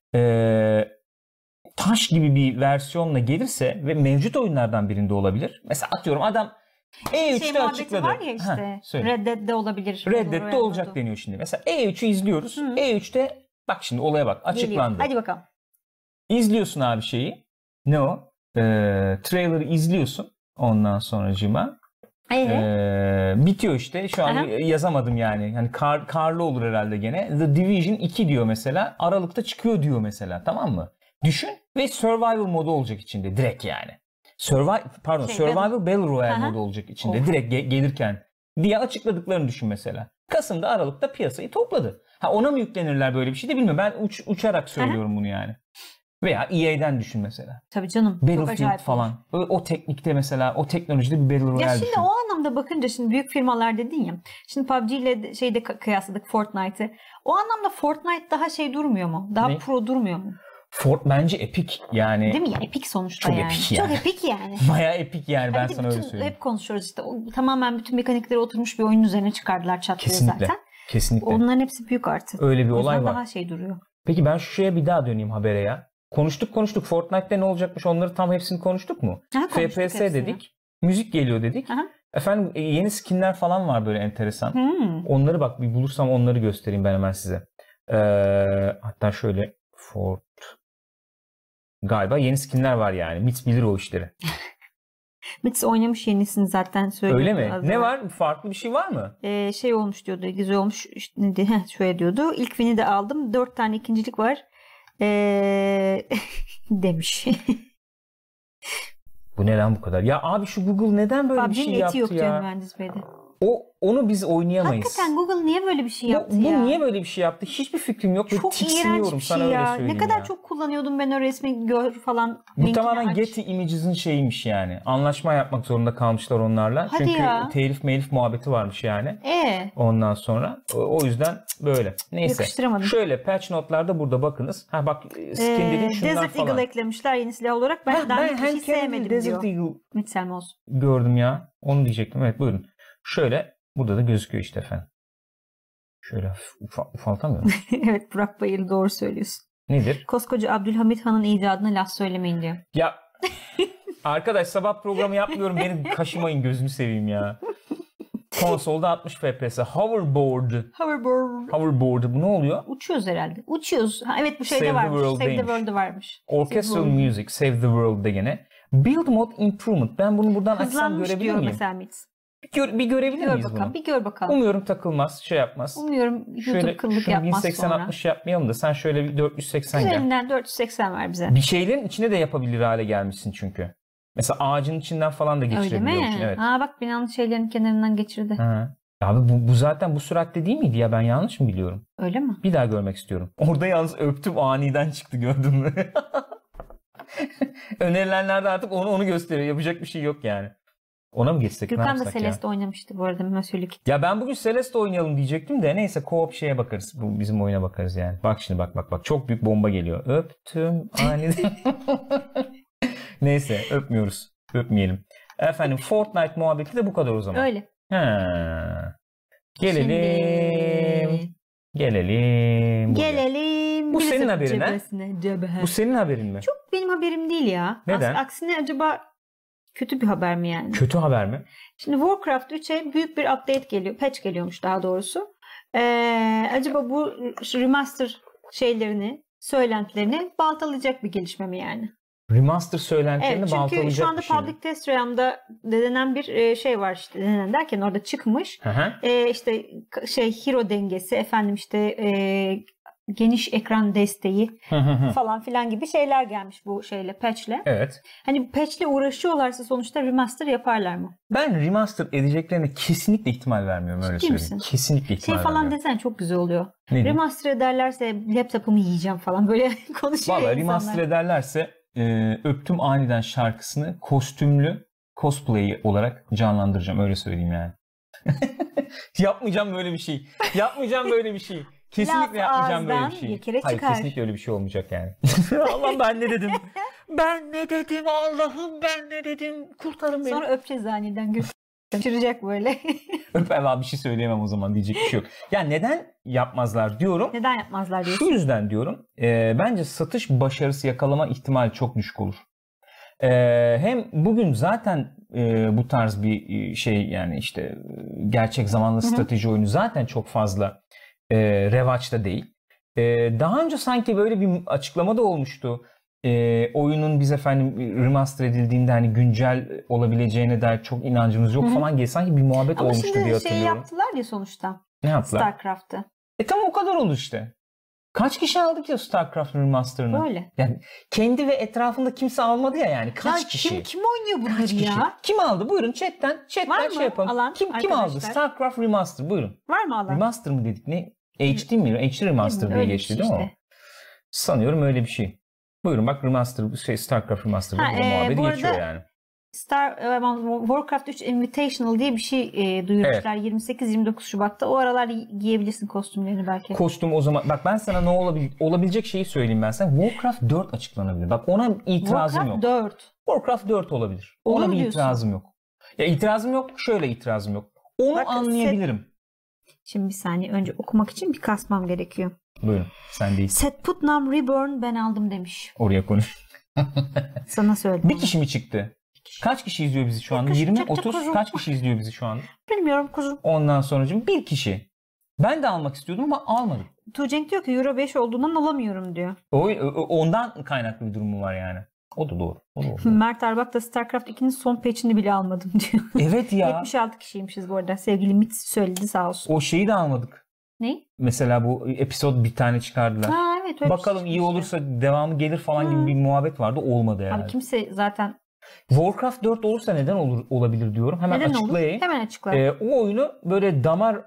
taş gibi bir versiyonla gelirse ve mevcut oyunlardan birinde olabilir. Mesela atıyorum adam E3'te açıkladı. Var ya işte, Red Dead'de olabilir. Red Dead'de olacak deniyor şimdi. Mesela E3'ü izliyoruz. E3'te bak şimdi olaya bak, açıklandı. Geliyor. Hadi bakalım. İzliyorsun abi şeyi. Ne o? Trailer'ı izliyorsun. Ondan sonracığıma. Bitiyor işte. Şu an yazamadım yani. Yani karlı olur herhalde gene. The Division 2 diyor mesela. Aralıkta çıkıyor diyor mesela. Tamam mı? Düşün ve survival modu olacak içinde. Direkt yani. Survival Battle Royale modu olacak içinde. Direkt gelirken diye açıkladıklarını düşün mesela. Kasım'da, Aralık'ta piyasayı topladı. Ona mı yüklenirler böyle bir şey de bilmiyorum. Ben uçarak söylüyorum bunu yani. Veya EA'den düşün mesela. Tabii canım. Battlefield falan. O teknikte mesela, o teknolojide bir Battle Royale düşün. Ya şimdi o anlamda bakınca, şimdi büyük firmalar dedin ya. Şimdi PUBG ile şeyde kıyasladık, Fortnite'ı. O anlamda Fortnite daha şey durmuyor mu? Daha pro durmuyor mu? Bence epik yani. Değil mi ya? Epik sonuçta çok yani. Epik yani. Çok epik yani. Bayağı epik yani, ben sana öyle söyleyeyim. Hep konuşuyoruz işte. Tamamen bütün mekanikleri oturmuş bir oyunun üzerine çıkardılar çatlıyor zaten. Kesinlikle. Onların hepsi büyük artı. Öyle bir olay var. Daha şey duruyor. Peki ben şu şeye bir daha döneyim, habere ya. Konuştuk. Fortnite'te ne olacakmış, onları tam hepsini konuştuk mu? FPS dedik. Müzik geliyor dedik. Efendim yeni skinler falan var böyle enteresan. Onları bak bir bulursam onları göstereyim ben hemen size. Hatta şöyle galiba yeni skinler var yani. Mits bilir o işleri. Mits oynamış yenisini zaten söylüyordu. Öyle mi? Ne var? Farklı bir şey var mı? Şey olmuş diyordu. Güzel olmuş. İşte, şöyle diyordu. İlk win'i de aldım. 4 tane ikincilik var. Demiş. Bu ne lan bu kadar? Ya abi şu Google neden böyle bir şey yaptı yok ya? diyor mühendis beyde. Onu biz oynayamayız. Hakikaten Google niye böyle bir şey yaptı ya? Bu niye böyle bir şey yaptı? Hiçbir fikrim yok. Çok iğrenç bir şey ya. Ne kadar çok kullanıyordum ben o resmi, gör falan. Bu tamamen Getty Images'ın şeyiymiş yani. Anlaşma yapmak zorunda kalmışlar onlarla. Hadi çünkü ya. telif muhabbeti varmış yani. Ondan sonra. O yüzden böyle. Neyse. Şöyle patch notlarda burada bakınız. Bak skin dedim şunlar Desert falan. Eagle eklemişler yeni silah olarak. Ben hiç sevmedim Desert diyor. Eagle Mitselmoz. gördüm ya. Onu diyecektim. Evet buyurun. Şöyle burada da gözüküyor işte efendim. Şöyle ufaltamıyorum. Evet Burak Bayır doğru söylüyorsun. Nedir? Koskoca Abdülhamit Han'ın icadına laf söylemeyin diyor. Ya arkadaş sabah programı yapmıyorum, beni kaşımayın gözünü seveyim ya. Konsolda 60 FPS. Hoverboard. Bu ne oluyor? Uçuyoruz herhalde. Uçuyoruz. Evet bu şeyde varmış. Save the World'da varmış. Orchestral Music, Save the World'da gene. Build Mode Improvement. Ben bunu buradan açsam görebilir miyim? Mesela Mits. Bir görebilir miyiz bunu? Bir gör bakalım. Umuyorum takılmaz, şey yapmaz. Umuyorum YouTube kıllık yapmaz 1080-60 yapmayalım da sen şöyle bir 480 gel. Üzerinden 480 ver bize. Bir şeylerin içine de yapabilir hale gelmişsin çünkü. Mesela ağacın içinden falan da geçirebiliyorsun. Öyle mi? Evet. Bak binalı şeylerin kenarından geçirdi. Ha. Abi bu zaten bu süratte değil miydi ya? Ben yanlış mı biliyorum? Öyle mi? Bir daha görmek istiyorum. Orada yalnız öptüm aniden çıktı, gördün mü? Önerilenlerde artık onu gösteriyor. Yapacak bir şey yok yani. Ona mı geçsek? Gürkan da Celeste oynamıştı bu arada. Mösyölük. Ya ben bugün Celeste oynayalım diyecektim de neyse co-op şeye bakarız. Bu bizim oyuna bakarız yani. Bak şimdi bak. Çok büyük bomba geliyor. Öptüm aniden. Neyse öpmüyoruz. Öpmeyelim. Efendim Fortnite muhabbeti de bu kadar o zaman. Öyle. Gelelim. Gelelim. Bu senin haberin ha? Bu senin haberin mi? Çok benim haberim değil ya. Neden? Aksine acaba kötü bir haber mi yani? Kötü haber mi? Şimdi Warcraft 3'e büyük bir update geliyor. Patch geliyormuş daha doğrusu. Acaba bu remaster söylentilerini baltalayacak bir gelişme mi yani? Remaster söylentilerini baltalayacak bir şey. Çünkü şu anda Public Test Realm'da denen bir şey var işte. Denen derken orada çıkmış. İşte hero dengesi, geniş ekran desteği falan filan gibi şeyler gelmiş bu patch'le. Evet. Hani patch'le uğraşıyorlarsa sonuçta remaster yaparlar mı? Ben remaster edeceklerine kesinlikle ihtimal vermiyorum, öyle söyleyeyim. Misin? Kesinlikle ihtimal falan vermiyorum. desen çok güzel oluyor. Remaster ederlerse laptopumu yiyeceğim falan böyle konuşuyor Vallahi insanlar. remaster ederlerse Öptüm Aniden şarkısını kostümlü cosplay olarak canlandıracağım, öyle söyleyeyim yani. Yapmayacağım böyle bir şey. Kesinlikle yapmayacağım böyle bir şey. Hayır, kesinlikle öyle bir şey olmayacak yani. Allah'ım ben ne dedim? Allah'ım ben ne dedim? Kurtarın beni. Sonra öpeceğiz aniden kaçıracak böyle. Bir şey söyleyemem o zaman, diyecek bir şey yok. Ya neden yapmazlar diyorum. Neden yapmazlar diyorsun? Şu yüzden diyorum. Bence satış başarısı yakalama ihtimali çok düşük olur. Hem bugün zaten bu tarz bir şey yani işte gerçek zamanlı strateji oyunu zaten çok fazla revaçta değil. Daha önce sanki böyle bir açıklama da olmuştu. Oyunun biz remaster edildiğinde hani güncel olabileceğine dair çok inancımız yok falan diye sanki bir muhabbet olmuştu diye hatırlıyorum. Ama şimdi yaptılar ya sonuçta. Ne yaptılar? StarCraft'ı. Tam o kadar oldu işte. Kaç kişi aldık ya StarCraft'ın remaster'ını? Öyle. Yani kendi ve etrafında kimse almadı ya yani. Kaç kişi? Kim oynuyor bunları ya? Kim aldı? Buyurun chatten şey yapalım. Alan, kim aldı? StarCraft Remaster, buyurun. Var mı alan? Remaster mı dedik? Ne? HD mi? HD Remaster diye geçti değil mi o? Sanıyorum öyle bir şey. Buyurun bak Remaster, StarCraft Remaster'da bu muhabbeti geçiyor yani. Warcraft 3 Invitational diye bir şey duyurmuşlar. Evet. 28-29 Şubat'ta. O aralar giyebilirsin kostümlerini belki. Kostüm o zaman. Bak ben sana ne olabilecek şeyi söyleyeyim ben sana. Warcraft 4 açıklanabilir. Bak ona itirazım yok. Warcraft 4 olabilir. Ona bir itirazım yok. Ya itirazım yok. Şöyle itirazım yok. Onu anlayabilirim. Şimdi bir saniye. Önce okumak için bir kasmam gerekiyor. Buyurun. Sen değil. Set Putnam Reborn ben aldım demiş. Oraya konuş. Sana söyledim. Bir kişi mi çıktı? Kaç kişi izliyor bizi şu anda? 20, 30 kaç kişi izliyor bizi şu anda? Bilmiyorum kuzum. Ondan sonracığım bir kişi. Ben de almak istiyordum ama almadım. Tuğcenk diyor ki Euro 5 olduğundan alamıyorum diyor. Ondan kaynaklı bir durumu var yani. O da doğru. Mert Arbak da StarCraft 2'nin son patch'ini bile almadım diyor. Evet ya. 76 kişiymişiz bu arada. Sevgili Mitz söyledi sağ olsun. O şeyi de almadık. Ne? Mesela bu episode bir tane çıkardılar. Evet, bakalım iyi olursa devamı gelir falan gibi bir muhabbet vardı. Olmadı herhalde. Abi kimse zaten... Warcraft 4 olursa neden olabilir diyorum. Hemen açıklayayım. Hemen açıkla. O oyunu böyle damar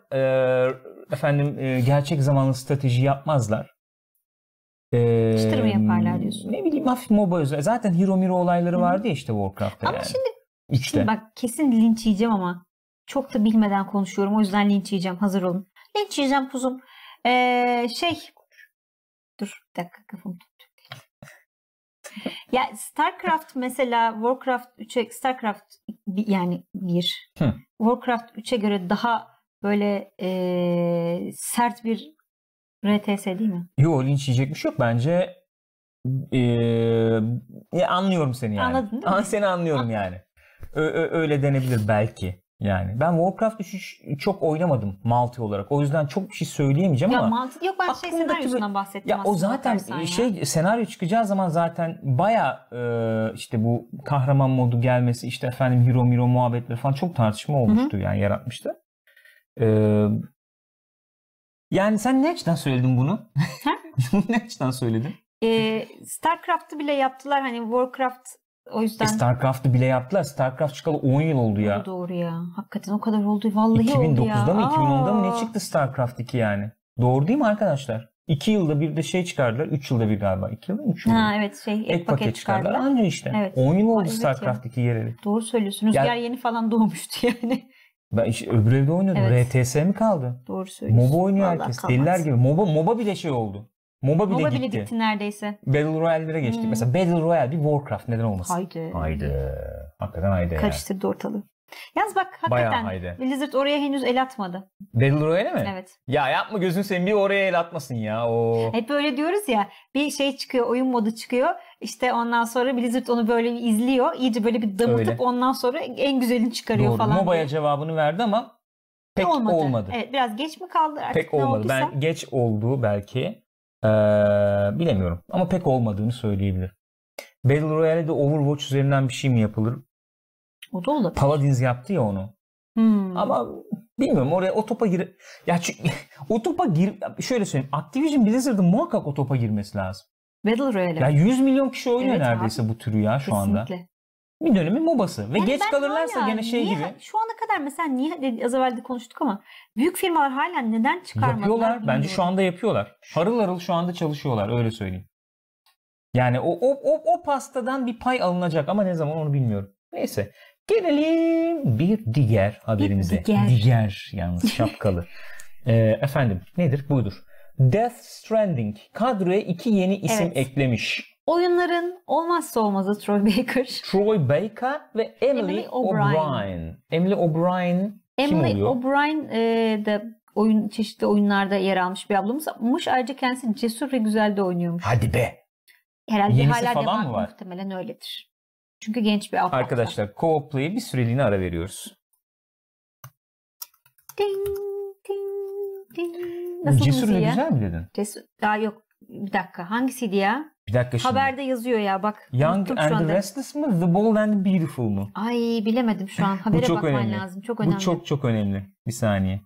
gerçek zamanlı strateji yapmazlar. Çıtır mı yaparlar diyorsun? Ne bileyim hafif MOBA özel. Zaten Hero Miro olayları vardı ya işte Warcraft'ta. Ama yani. Şimdi bak kesin linç yiyeceğim ama çok da bilmeden konuşuyorum. O yüzden linç yiyeceğim. Hazır olun. Linç yiyeceğim kuzum. Dur bir dakika kafamı tuttum. Ya StarCraft mesela Warcraft 3'e Starcraft yani Warcraft 3'e göre daha böyle sert bir RTS değil mi? Yok linç yiyecek bir şey yok. Bence anlıyorum seni yani. Anladın değil mi? Seni anlıyorum yani. Öyle denebilir belki. Yani ben Warcraft 3'ü çok oynamadım multi olarak. O yüzden çok bir şey söyleyemeyeceğim ya ama. Multi yok, ben senaryosundan bahsettim ya aslında. O zaten senaryo çıkacağı zaman zaten baya işte bu kahraman modu gelmesi, işte efendim hero muhabbetleri falan çok tartışma olmuştu. Hı-hı. Yani yaratmıştı. Yani sen ne açıdan söyledin bunu? Ne açıdan söyledin? StarCraft'ı bile yaptılar, hani Warcraft. O yüzden StarCraft'ı bile yaptılar. StarCraft çıkalı 10 yıl oldu ya. Doğru ya. Hakikaten o kadar oldu. Vallahi 2009'da oldu ya. 2010'da mı 2010'da mı ne çıktı StarCraft 2 yani? Doğru değil mi arkadaşlar? 2 yılda bir de şey çıkardılar. 3 yılda bir galiba. 2 yılda mı 3 yılda? Ha evet, ek paket çıkardılar. Anca işte. Evet. 10 yıl oldu StarCraft 2 yereli. Doğru söylüyorsun. Rüzgar yeni falan doğmuştu yani. Ben işte öbür evde oynuyordum. Evet. RTS mi kaldı? Doğru söylüyorsun. MOBA oynuyor herkes. Deliler gibi. MOBA bile şey oldu. MOBA bile gitti neredeyse. Battle Royale'lere geçtik. Mesela Battle Royale bir Warcraft, neden olmasın? Haydi. Hakikaten haydi. Karıştırdı ortalığı. Yalnız bak hakikaten Blizzard oraya henüz el atmadı. Battle Royale mi? Evet. Ya yapma gözünü seveyim, bir oraya el atmasın ya. Hep böyle diyoruz ya, bir şey çıkıyor, oyun modu çıkıyor. İşte ondan sonra Blizzard onu böyle izliyor. İyice böyle bir damıtıp ondan sonra en güzelini çıkarıyor falan. MOBA'ya cevabını verdi ama pek olmadı. Evet, biraz geç mi kaldı artık? Pek olmadı. Ben geç oldu belki. Bilemiyorum. Ama pek olmadığını söyleyebilirim. Battle Royale'de Overwatch üzerinden bir şey mi yapılır? O da olabilir. Paladins yaptı ya onu. Ama bilmiyorum, oraya o topa ya çünkü o topa şöyle söyleyeyim. Activision Blizzard'ın muhakkak o topa girmesi lazım. Battle Royale. Ya 100 milyon kişi oynuyor neredeyse abi bu türü ya şu anda. Bir dönemin MOBA'sı. Ve yani geç kalırlarsa gene gibi. Şu ana kadar mesela niye, az evvel de konuştuk ama büyük firmalar hala neden çıkarmadılar? Yapıyorlar. Bence şu anda yapıyorlar. Harıl harıl şu anda çalışıyorlar, öyle söyleyeyim. Yani o pastadan bir pay alınacak ama ne zaman onu bilmiyorum. Neyse. Gelelim bir diğer haberimize. Diğer yalnız şapkalı. Efendim nedir? Budur. Death Stranding kadroya 2 yeni isim eklemiş. Oyunların olmazsa olmazı Troy Baker. Troy Baker ve Emily O'Brien. Emily O'Brien kim oluyor? Emily O'Brien de çeşitli oyunlarda yer almış bir ablamız. Ayrıca kendisi Cesur ve Güzel'de oynuyormuş. Hadi be. Herhalde yenisi hala falan mı var? Muhtemelen öyledir. Çünkü genç bir abla. Arkadaşlar co-op play'e bir süreliğine ara veriyoruz. Ding ding ding. Nasıl Cesur ve Güzel mi dedin? Cesur. Daha yok. Bir dakika. Hangisiydi ya? Bir dakika şimdi. Haberde yazıyor ya bak. Young and the Restless mı? The Bold and the Beautiful mu? Ay bilemedim şu an. Habere bakman önemli. Lazım. Çok önemli. Bu çok önemli. Bir saniye.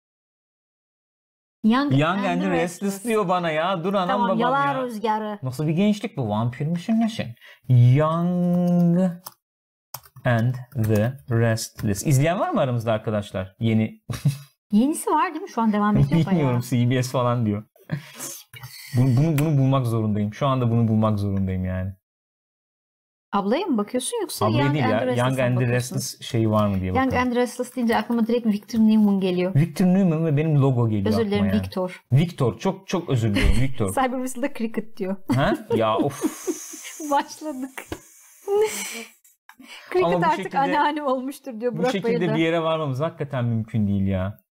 Young and the Restless diyor bana ya. Dur anam tamam, babam ya. Yalan Rüzgarı. Nasıl bir gençlik bu? Vampir misin nesin? Young and the Restless. İzleyen var mı aramızda arkadaşlar? Yenisi var değil mi? Şu an devam ediyor bayağı. Bilmiyorum, CBS falan diyor. Bunu bulmak zorundayım. Şu anda bunu bulmak zorundayım yani. Ablaya mı bakıyorsun yoksa Young and the Restless şeyi var mı diye bakıyorum. Young and the Restless deyince aklıma direkt Victor Newman geliyor. Victor Newman ve benim logo geliyor aklıma. Özür dilerim yani. Victor. Victor çok özür dilerim Victor. Cyber Whistle'da cricket diyor. Ha? Ya of. Başladık. Cricket artık anneannem olmuştur diyor Burak Bayır'da. Bu şekilde bir yere varmamız hakikaten mümkün değil ya.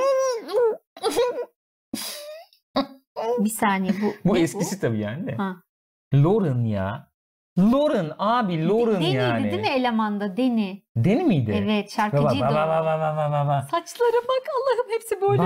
Bir saniye bu eskisi tabii yani de. Ha. Lauren ya. Lauren abi Lauren Deni'ydi, yani. Deni değil mi elemanda? Deni miydi? Evet, şarkıcıydı o. Saçlara bak Allah'ım, hepsi böyle.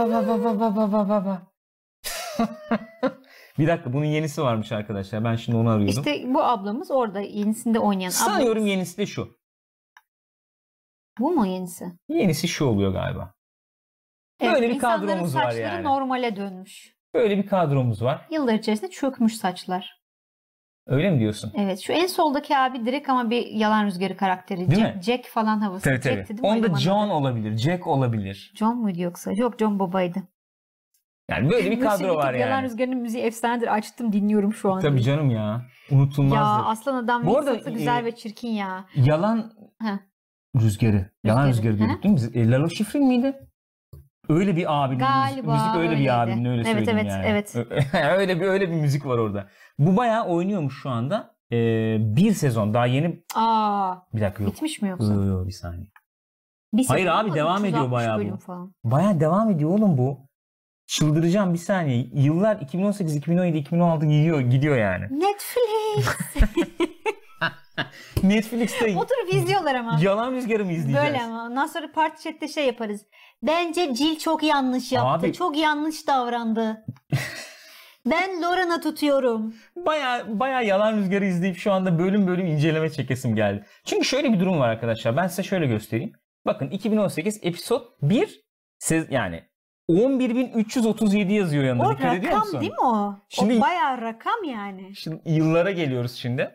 Bir dakika, bunun yenisi varmış arkadaşlar. Ben şimdi onu arıyordum. İşte bu ablamız orada yenisinde oynayan ablamız. Sanıyorum yenisi de şu. Bu mu yenisi? Yenisi şu oluyor galiba. Evet, böyle bir kadromuz var yani. İnsanların saçları normale dönmüş. Böyle bir kadromuz var. Yıllar içerisinde çökmüş saçlar. Öyle mi diyorsun? Evet. Şu en soldaki abi direkt ama bir Yalan Rüzgarı karakteri. Değil mi? Jack falan havası. Tabii tabii. Onda John olabilir. Jack olabilir. John muydu yoksa? Yok, John babaydı. Yani böyle bir kadro var yani. Yalan Rüzgarı'nın müziği efsanedir. Açtım, dinliyorum şu an. Tabii canım ya. Unutulmazdır. Ya aslan adam Vincent'ı güzel ve çirkin ya. Yalan Rüzgarı. Yalan Rüzgarı diyorduk değil mi? Lalo Schifrin miydi? Öyle bir abinin müzik öyle bir abinin, öyle söyleyeyim yani. Evet. öyle bir müzik var orada. Bu bayağı oynuyormuş şu anda. Bir sezon daha yeni. Bir dakika yok. Bitmiş mi yoksa? Yok bir saniye. Hayır abi, devam ediyor bayağı bu. Falan. Bayağı devam ediyor oğlum bu. Çıldıracağım bir saniye. Yıllar 2018, 2017, 2016 gidiyor yani. Netflix. Netflix'te oturup izliyorlar ama. Yalan Rüzgarı mı izleyeceğiz? Böyle ama. Ondan sonra parti chat'te şey yaparız. Bence Jill çok yanlış yaptı. Abi. Çok yanlış davrandı. Ben Lauren'a tutuyorum. Baya Yalan Rüzgarı izleyip şu anda bölüm bölüm inceleme çekesim geldi. Çünkü şöyle bir durum var arkadaşlar. Ben size şöyle göstereyim. Bakın 2018 episode 1 yani 11.337 yazıyor yanında. O Dikkat ediyor musun? rakam değil mi o? Şimdi, o bayağı rakam yani. Şimdi yıllara geliyoruz şimdi.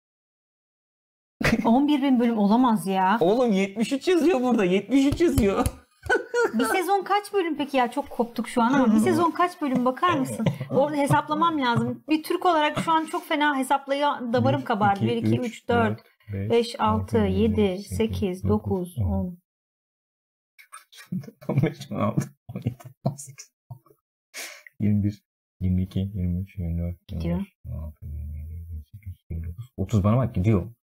11.000 bölüm olamaz ya. Oğlum 73 yazıyor burada. 73 yazıyor. Bir sezon kaç bölüm peki ya? Çok koptuk şu an ama bir sezon kaç bölüm bakar mısın? Orada hesaplamam lazım. Bir Türk olarak şu an çok fena hesaplaya damarım kabardı. 1, 2, 3, 4, 5, 6, 7, 8, 9, 10. 15, 16, 17, 18, 21, 22, 23, 24, 25, 26, 27, 28, 29, 30 bana bak gidiyor.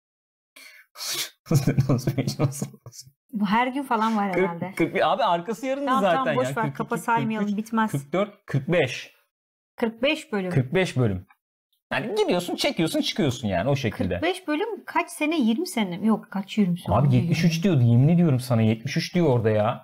Bu her gün falan var herhalde. 40, abi arkası yarındı tamam, zaten. Tamam boş ver kapa saymayalım bitmez. 44, 45. 45 bölüm. 45 bölüm. Yani gidiyorsun çekiyorsun çıkıyorsun yani o şekilde. 45 bölüm kaç sene 20 sene mi? Yok kaç 20 sene. Abi 73 diyordu yemin ediyorum sana 73 diyor orada ya.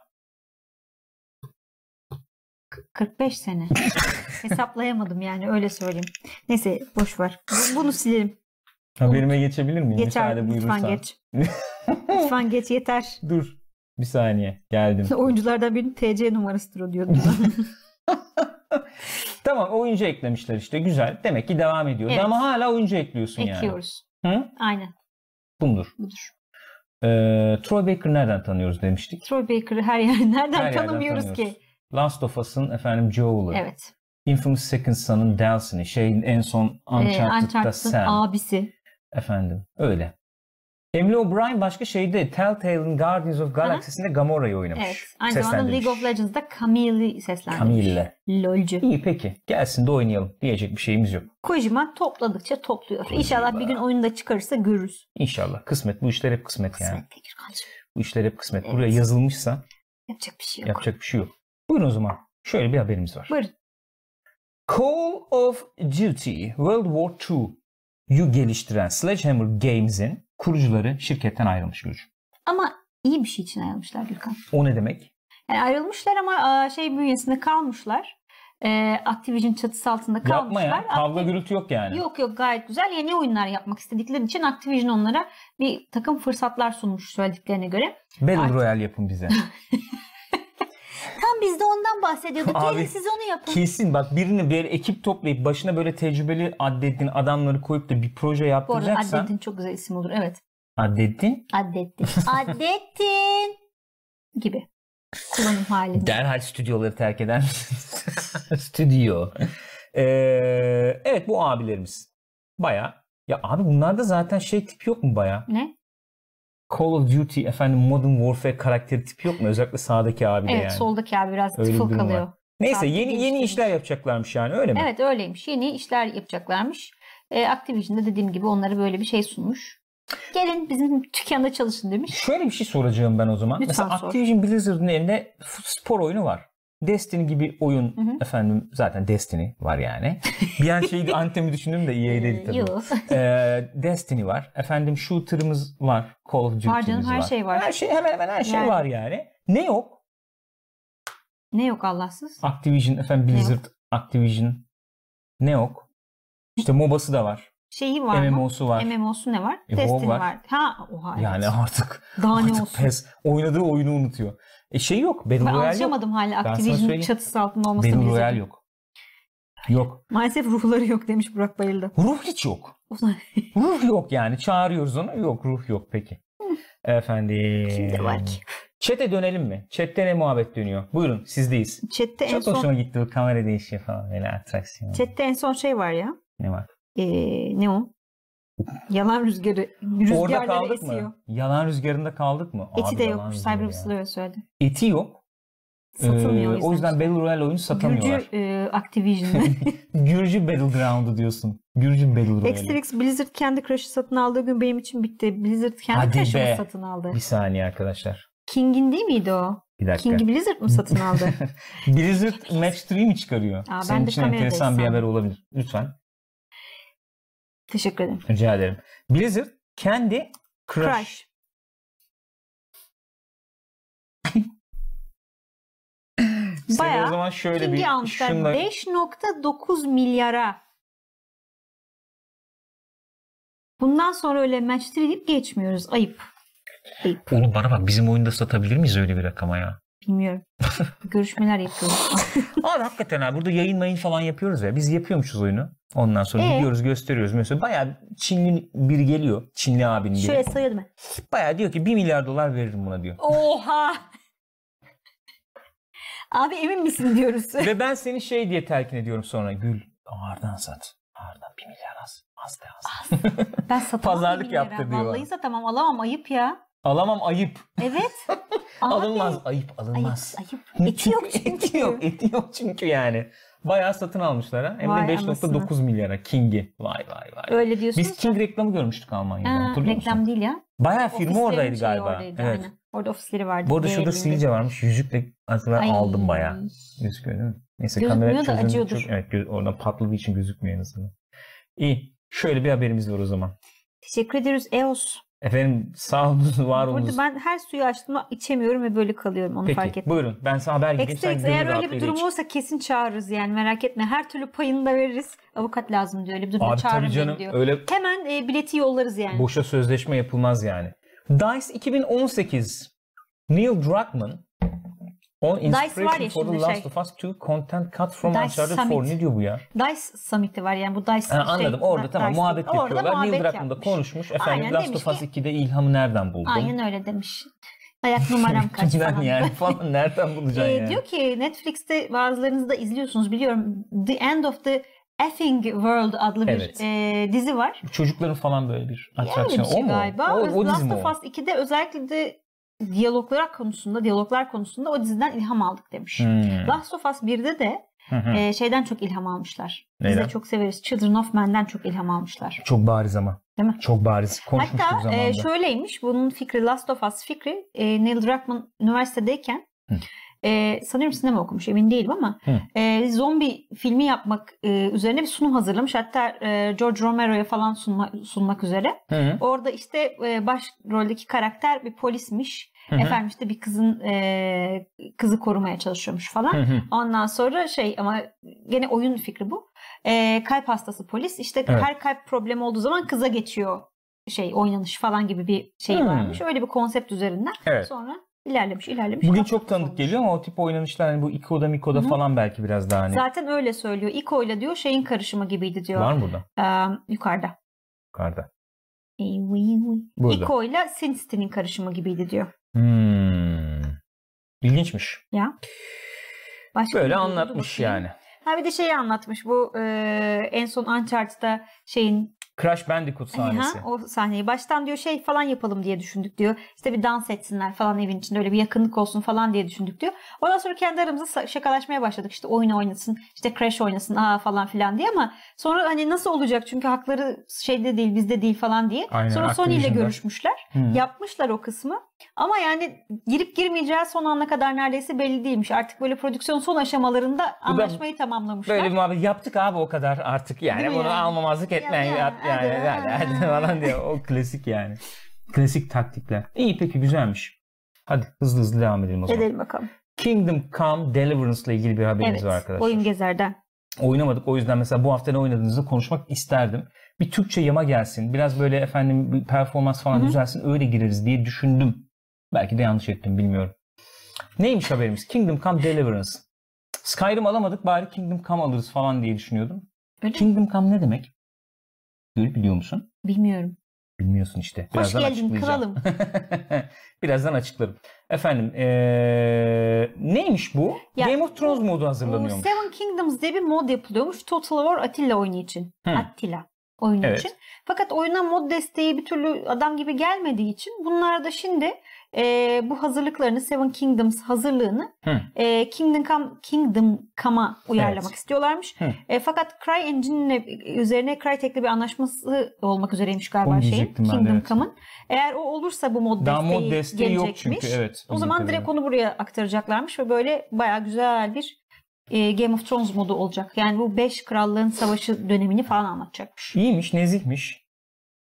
45 sene. Hesaplayamadım yani öyle söyleyeyim. Neyse boş ver. Bunu silelim. Haberime geçebilir miyim? Geçer lütfen geç. Lütfen geç yeter. Dur bir saniye geldim. Oyunculardan birinin TC numarasıdır o diyordum. Tamam oyuncu eklemişler işte güzel. Demek ki devam ediyor. Evet. Ama hala oyuncu ekliyorsun yani. Ekliyoruz. Hı? Aynen. Budur. Troy Baker nereden tanıyoruz demiştik. Troy Baker'ı her yerden tanımıyoruz ki. Last of Us'ın efendim Joel'ı. Evet. Infamous Second Son'ın Delson'ı. Şeyin en son Uncharted'da Sam. Abisi. Efendim öyle. Emily O'Brien başka şeyde Telltale'ın Guardians of Galaxy'sinde Gamora'yı oynamış. Evet. Aynı zamanda League of Legends'da Camille'i seslendirmiş. Camille. LOL'cü. İyi peki. Gelsin de oynayalım. Diyecek bir şeyimiz yok. Kojima topladıkça topluyor. İnşallah bir gün oyunda çıkarırsa görürüz. İnşallah. Kısmet. Bu işler hep kısmet yani. Kısmet. Bu işler hep kısmet. Evet. Buraya yazılmışsa yapacak bir şey yok. Yapacak bir şey yok. Buyurun o zaman. Şöyle bir haberimiz var. Buyurun. Call of Duty World War II'yu geliştiren Sledgehammer Games'in kurucuları şirketten ayrılmış Gülcü. Ama iyi bir şey için ayrılmışlar Gürkan. O ne demek? Yani ayrılmışlar ama bünyesinde kalmışlar. Activision çatısı altında kalmışlar. Yapma ya. Kavga gürültü yok yani. Yok gayet güzel. Yeni oyunlar yapmak istedikleri için Activision onlara bir takım fırsatlar sunmuş söylediklerine göre. Battle Royale yapın bize. Tam biz de ondan bahsediyorduk. Abi, gelin siz onu yapın. Kesin bak birini böyle ekip toplayıp başına böyle tecrübeli Added'in adamları koyup da bir proje yaptıracaksan. Bu arada Added'in çok güzel isim olur. Evet. Added'in? Added'in gibi. Kullanım halinde. Derhal stüdyoları terk eder misiniz? Stüdyo. Evet bu abilerimiz. Baya. Ya abi bunlarda zaten şey tipi yok mu baya? Ne? Call of Duty efendim Modern Warfare karakteri tipi yok mu? Özellikle sağdaki abi de yani. Evet soldaki abi biraz tıfıl kalıyor. Neyse yeni işler yapacaklarmış yani öyle mi? Evet öyleymiş. Yeni işler yapacaklarmış. Activision'da dediğim gibi onlara böyle bir şey sunmuş. Gelin bizim dükkanda çalışın demiş. Şöyle bir şey soracağım ben o zaman. Lütfen mesela sor. Activision Blizzard'ın elinde spor oyunu var. Destiny gibi oyun efendim zaten Destiny var yani. Bir an şeyi Anthem'i düşündüm de EA'deydi tabii. Yok. Destiny var. Efendim shooter'ımız var. Call of Duty'miz var. Var canım her şey var. Her şey hemen her şey var yani. Ne yok? Ne yok Allahsız? Activision efendim Blizzard Activision ne yok? İşte MOBA'sı da var. Şeyi var MMO'su var. MMO'su ne var? Destiny var. Ha oha. Evet. Yani artık daha ne olsun? PES oynadığı oyunu unutuyor. Şey yok. Battle ben Royale yok. alışamadım hala Activision çatısı altında olması. Battle Royale yok. Yok. Maalesef ruhları yok demiş Burak Bayıldı. Ruh hiç yok. Ruh yok yani. Çağırıyoruz onu. Yok ruh yok peki. Efendim. Kimde var ki? Chat'e dönelim mi? Chat'te ne muhabbet dönüyor? Buyurun sizdeyiz. Chat'te çok hoşuma gitti bu kamera değişiyor falan. Böyle atraksiyon. Chat'te en son şey var ya. Ne var? Ne o? Yalan rüzgarı. Orada kaldık esiyor. mı? Yalan rüzgarında kaldık mı? Eti de yokmuş. Cyberps'ı öyle söyledi. Eti yok. Satılmıyor o yüzden Battle Royale oyunu satamıyorlar. Gürcü Activision'da. Gürcü Battleground'u diyorsun. Gürcü Battle Royale. Extrix Blizzard Candy Crush'ı satın aldığı gün benim için bitti. Blizzard Candy Crush'ı satın aldı. Bir saniye arkadaşlar. King'in değil miydi o? Bir dakika. King'i Blizzard mı satın aldı? Blizzard Match 3 mi çıkarıyor? Senin için enteresan bir haber olabilir. Lütfen. Teşekkür ederim. Rica ederim. Blizzard Candy Crush. Crush. Bayağı o zaman şöyle King'i bir almışlar. şunla... 5.9 milyara. Bundan sonra öyle Manchester deyip geçmiyoruz. Ayıp. Ayıp. Oğlum bana bak, bizim oyunda satabilir miyiz öyle bir rakama ya? Bilmiyorum. Görüşmeler yapıyoruz. Abi hakikaten abi, burada yayın falan yapıyoruz ya. Biz yapıyormuşuz oyunu. Ondan sonra gidiyoruz gösteriyoruz. Mesela bayağı Çinli biri geliyor. Çinli abinin biri. Şöyle sayalım mı? Bayağı diyor ki 1 milyar dolar veririm buna diyor. Oha! Abi emin misin diyoruz. Ve ben seni şey diye telkin ediyorum sonra. Gül, ağırdan sat. Ağırdan 1 milyar az. Az de az. Ben satamam. Pazarlık yaptı diyor. Vallahi satamam. Alamam. Ayıp ya. Alamam, ayıp. Evet. Alınmaz. Ayıp alınmaz. Ayıp. Eti yok çünkü. Eti yok çünkü yani. Bayağı satın almışlar ha. Hem de 5.9 milyara King'i. Vay. Öyle diyorsunuz. Biz King reklamı görmüştük Almanya'da. Reklam değil ya. Bayağı firma oradaydı galiba. Oradaydı, evet. Aynen. Orada ofisleri vardı. Bu arada şurada sivilce varmış. Yüzükle aldım bayağı. Gözüküyor değil mi? Neyse, gözükmüyor da acıyordur. Çok, evet, oradan patladığı için gözükmüyor en azından. İyi. Şöyle bir haberimiz var o zaman. Teşekkür ediyoruz EOS. Efendim sağ olun, var olun. Burada ben her suyu açtığımda içemiyorum ve böyle kalıyorum. Onu fark ettim. Buyurun. Ben sana haber gideyim. Eğer öyle bir durum olursa kesin çağırırız yani, merak etme. Her türlü payını da veririz. Avukat lazım diyor. Öyle bir durumda çağırın canım, diyor. Öyle hemen bileti yollarız yani. Boşa sözleşme yapılmaz yani. DICE 2018. Neil Druckmann on inspiration for The Last of Us 2 content cut from Uncharted 4. Ne diyor bu ya? DICE Summit'i var yani, bu DICE anladım. Orada tamam DICE muhabbet yapıyorlar. Neil Druckmann da konuşmuş. Efendim Last of Us 2'de ilhamı nereden buldun? Aynen öyle demiş. Ayak numaram kaç falan. Yani falan nereden bulacaksın yani? Diyor ki Netflix'te bazılarınız da izliyorsunuz biliyorum. The End of the Effing World adlı bir dizi var. Çocukların falan böyle bir atraksiyonu. O mu? Galiba. O Last of Us 2'de özellikle de diyaloglar konusunda o diziden ilham aldık demiş. Last of Us 1'de de şeyden çok ilham almışlar. Biz de çok severiz. Children of Men'den çok ilham almışlar. Çok bariz ama. Değil mi? Çok bariz. Konuşmuştuk zamanında. Hatta şöyleymiş. Bunun fikri, Last of Us fikri, Neil Druckmann üniversitedeyken sanıyorum sinema okumuş, emin değilim ama zombi filmi yapmak üzerine bir sunum hazırlamış. Hatta George Romero'ya falan sunmak üzere. Orada işte başroldeki karakter bir polismiş. Efendim işte bir kızı korumaya çalışıyormuş falan. Ondan sonra ama gene oyun fikri bu. Kalp hastası polis. İşte her kalp problemi olduğu zaman kıza geçiyor oynanış falan gibi bir şey varmış. Öyle bir konsept üzerinden. Sonra ilerlemiş. Bugün çok tanıdık geliyor ama o tip oynanışlar hani bu Ico'da falan belki biraz daha hani. Zaten öyle söylüyor. Ico'yla diyor şeyin karışımı gibiydi diyor. Var mı burada? Yukarıda. Yukarıda. Ico'yla Sin City'nin karışımı gibiydi diyor. İlginçmiş. Ya. Başka böyle anlatmış yani. Bir de şeyi anlatmış. Bu en son Uncharted'da Crash Bandicoot sahnesi. O sahneyi baştan diyor falan yapalım diye düşündük diyor. İşte bir dans etsinler falan evin içinde, öyle bir yakınlık olsun falan diye düşündük diyor. Ondan sonra kendi aramızda şakalaşmaya başladık. İşte oyun oynasın, işte Crash oynasın falan filan diye, ama sonra hani nasıl olacak çünkü hakları şeyde değil, bizde değil falan diye. Aynen, sonra Sony ile görüşmüşler. Yapmışlar o kısmı. Ama yani girip girmeyeceği son ana kadar neredeyse belli değilmiş. Artık böyle prodüksiyon son aşamalarında anlaşmayı tamamlamışlar. Böyle bir muhabbet yaptık abi, o kadar artık yani bunu almamazlık etmeyin hadi falan diye. O klasik yani. Klasik taktikler. İyi, peki, güzelmiş. Hadi hızlı devam edelim o zaman. Edelim bakalım. Kingdom Come Deliverance ile ilgili bir haberimiz var arkadaşlar. Oyun Gezer'den. Oynamadık, o yüzden mesela bu hafta ne oynadığınızı konuşmak isterdim. Bir Türkçe yama gelsin. Biraz böyle efendim bir performans falan düzelsin, öyle gireriz diye düşündüm. Belki de yanlış ettim, bilmiyorum. Neymiş haberimiz? Kingdom Come Deliverance. Skyrim alamadık, bari Kingdom Come alırız falan diye düşünüyordum. Öyle Kingdom Come ne demek? Biliyor musun? Bilmiyorum. Bilmiyorsun işte. Birazdan hoş geldin kralım. Birazdan açıklarım. Efendim neymiş bu? Game of Thrones modu hazırlanıyormuş. Seven Kingdoms diye bir mod yapılıyormuş. Total War Attila oyunu için. Attila oyunu için. Fakat oyuna mod desteği bir türlü adam gibi gelmediği için bunlar da şimdi bu hazırlıklarını, Seven Kingdoms hazırlığını Kingdom Come'a uyarlamak istiyorlarmış. Fakat CryEngine'in üzerine Crytek'le bir anlaşması olmak üzereymiş galiba Kingdom Come'ın. Eğer o olursa bu mod desteği gelecekmiş. Yok çünkü, o zaman direkt onu buraya aktaracaklarmış ve böyle bayağı güzel bir Game of Thrones modu olacak. Yani bu 5 krallığın savaşı dönemini falan anlatacakmış. İyiymiş, nezihmiş.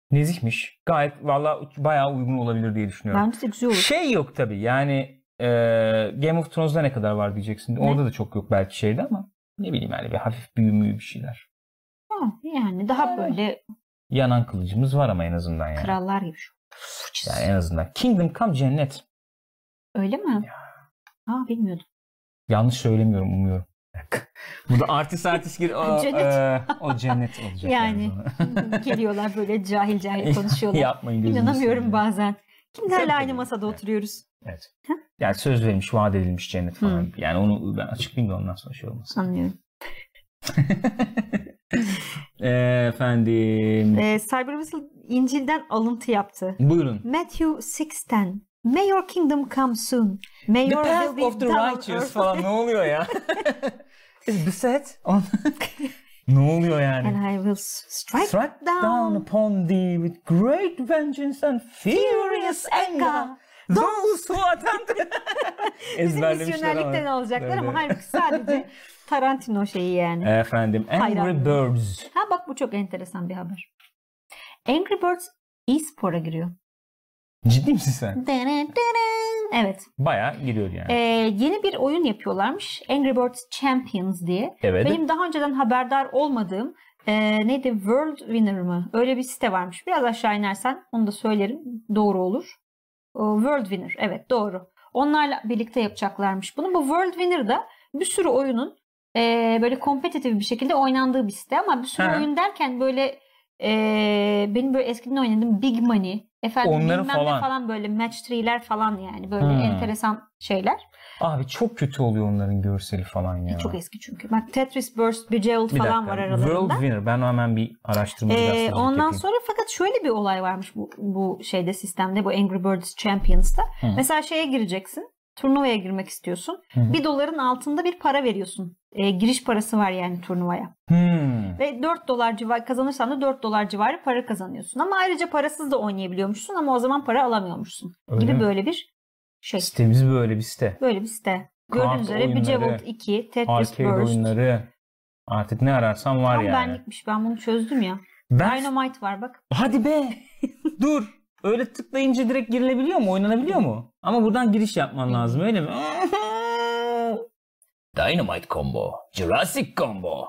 Nezihmiş. Gayet valla bayağı uygun olabilir diye düşünüyorum. Bence de güzel olur. Şey yok tabii yani Game of Thrones'da ne kadar var diyeceksin. Ne? Orada da çok yok belki şeyde ama ne bileyim yani bir hafif büyümü bir şeyler. Yani daha böyle yanan kılıcımız var ama en azından yani. Krallar gibi şu. Yani en azından. Kingdom Come cennet. Öyle mi? Bilmiyordum. Yanlış söylemiyorum umuyorum. Bu da artist gir. O cennet olacak. Yani geliyorlar böyle cahil konuşuyorlar. Yapmayın gözünüzü. İnanamıyorum bazen. Kimlerle aynı masada oturuyoruz. Evet. Yani söz verilmiş, vaat edilmiş cennet falan. Yani onu ben açıklayayım da ondan sonra şey olmasın. Anlıyorum. Efendim. Cyber Whistle İncil'den alıntı yaptı. Buyurun. Matthew 6:10. May your kingdom come soon. May the your path will be of the done righteous falan ne oluyor ya? Is beset on... Ne oluyor yani? And I will strike down upon thee with great vengeance and furious anger. Those who attempt... Bizim misyonerlikten alacaklar ama halbuki sadece Tarantino şeyi yani. Efendim Angry Birds. Bak bu çok enteresan bir haber. Angry Birds e-spor'a giriyor. Ciddi misin sen? Evet. Bayağı giriyor yani. Yeni bir oyun yapıyorlarmış. Angry Birds Champions diye. Evet. Benim daha önceden haberdar olmadığım neydi? World Winner mı? Öyle bir site varmış. Biraz aşağı inersen onu da söylerim. Doğru olur. World Winner. Evet doğru. Onlarla birlikte yapacaklarmış bunu. Bu World Winner'da bir sürü oyunun böyle kompetitif bir şekilde oynandığı bir site ama bir sürü oyun derken böyle benim böyle eskiden oynadığım Big Money, onları falan böyle Match 3'ler falan yani böyle enteresan şeyler. Abi çok kötü oluyor onların görseli falan ya. Çok eski çünkü. Bak Tetris Burst, Bejeweled falan var aralarında. World Winner. Ben hemen bir araştırma ondan yapayım. sonra fakat şöyle bir olay varmış bu şeyde sistemde bu Angry Birds Champions'ta. Mesela şeye gireceksin. Turnuvaya girmek istiyorsun. $1 altında bir para veriyorsun. Giriş parası var yani turnuvaya. Ve $4 civarı kazanırsan da $4 civarı para kazanıyorsun. Ama ayrıca parasız da oynayabiliyormuşsun ama o zaman para alamıyormuşsun. Öyle gibi mi? Böyle bir şey. Sitemiz böyle bir site. Böyle bir site. Gördüğünüz üzere Bejeweled 2, Tetris Burst. Arcade oyunları. Artık ne ararsan var yani. benlikmiş. Ben bunu çözdüm ya. Dynamite var bak. Hadi be. Dur. Öyle tıklayınca direkt girilebiliyor mu? Oynanabiliyor mu? Ama buradan giriş yapman lazım öyle mi? Dynamite combo. Jurassic combo.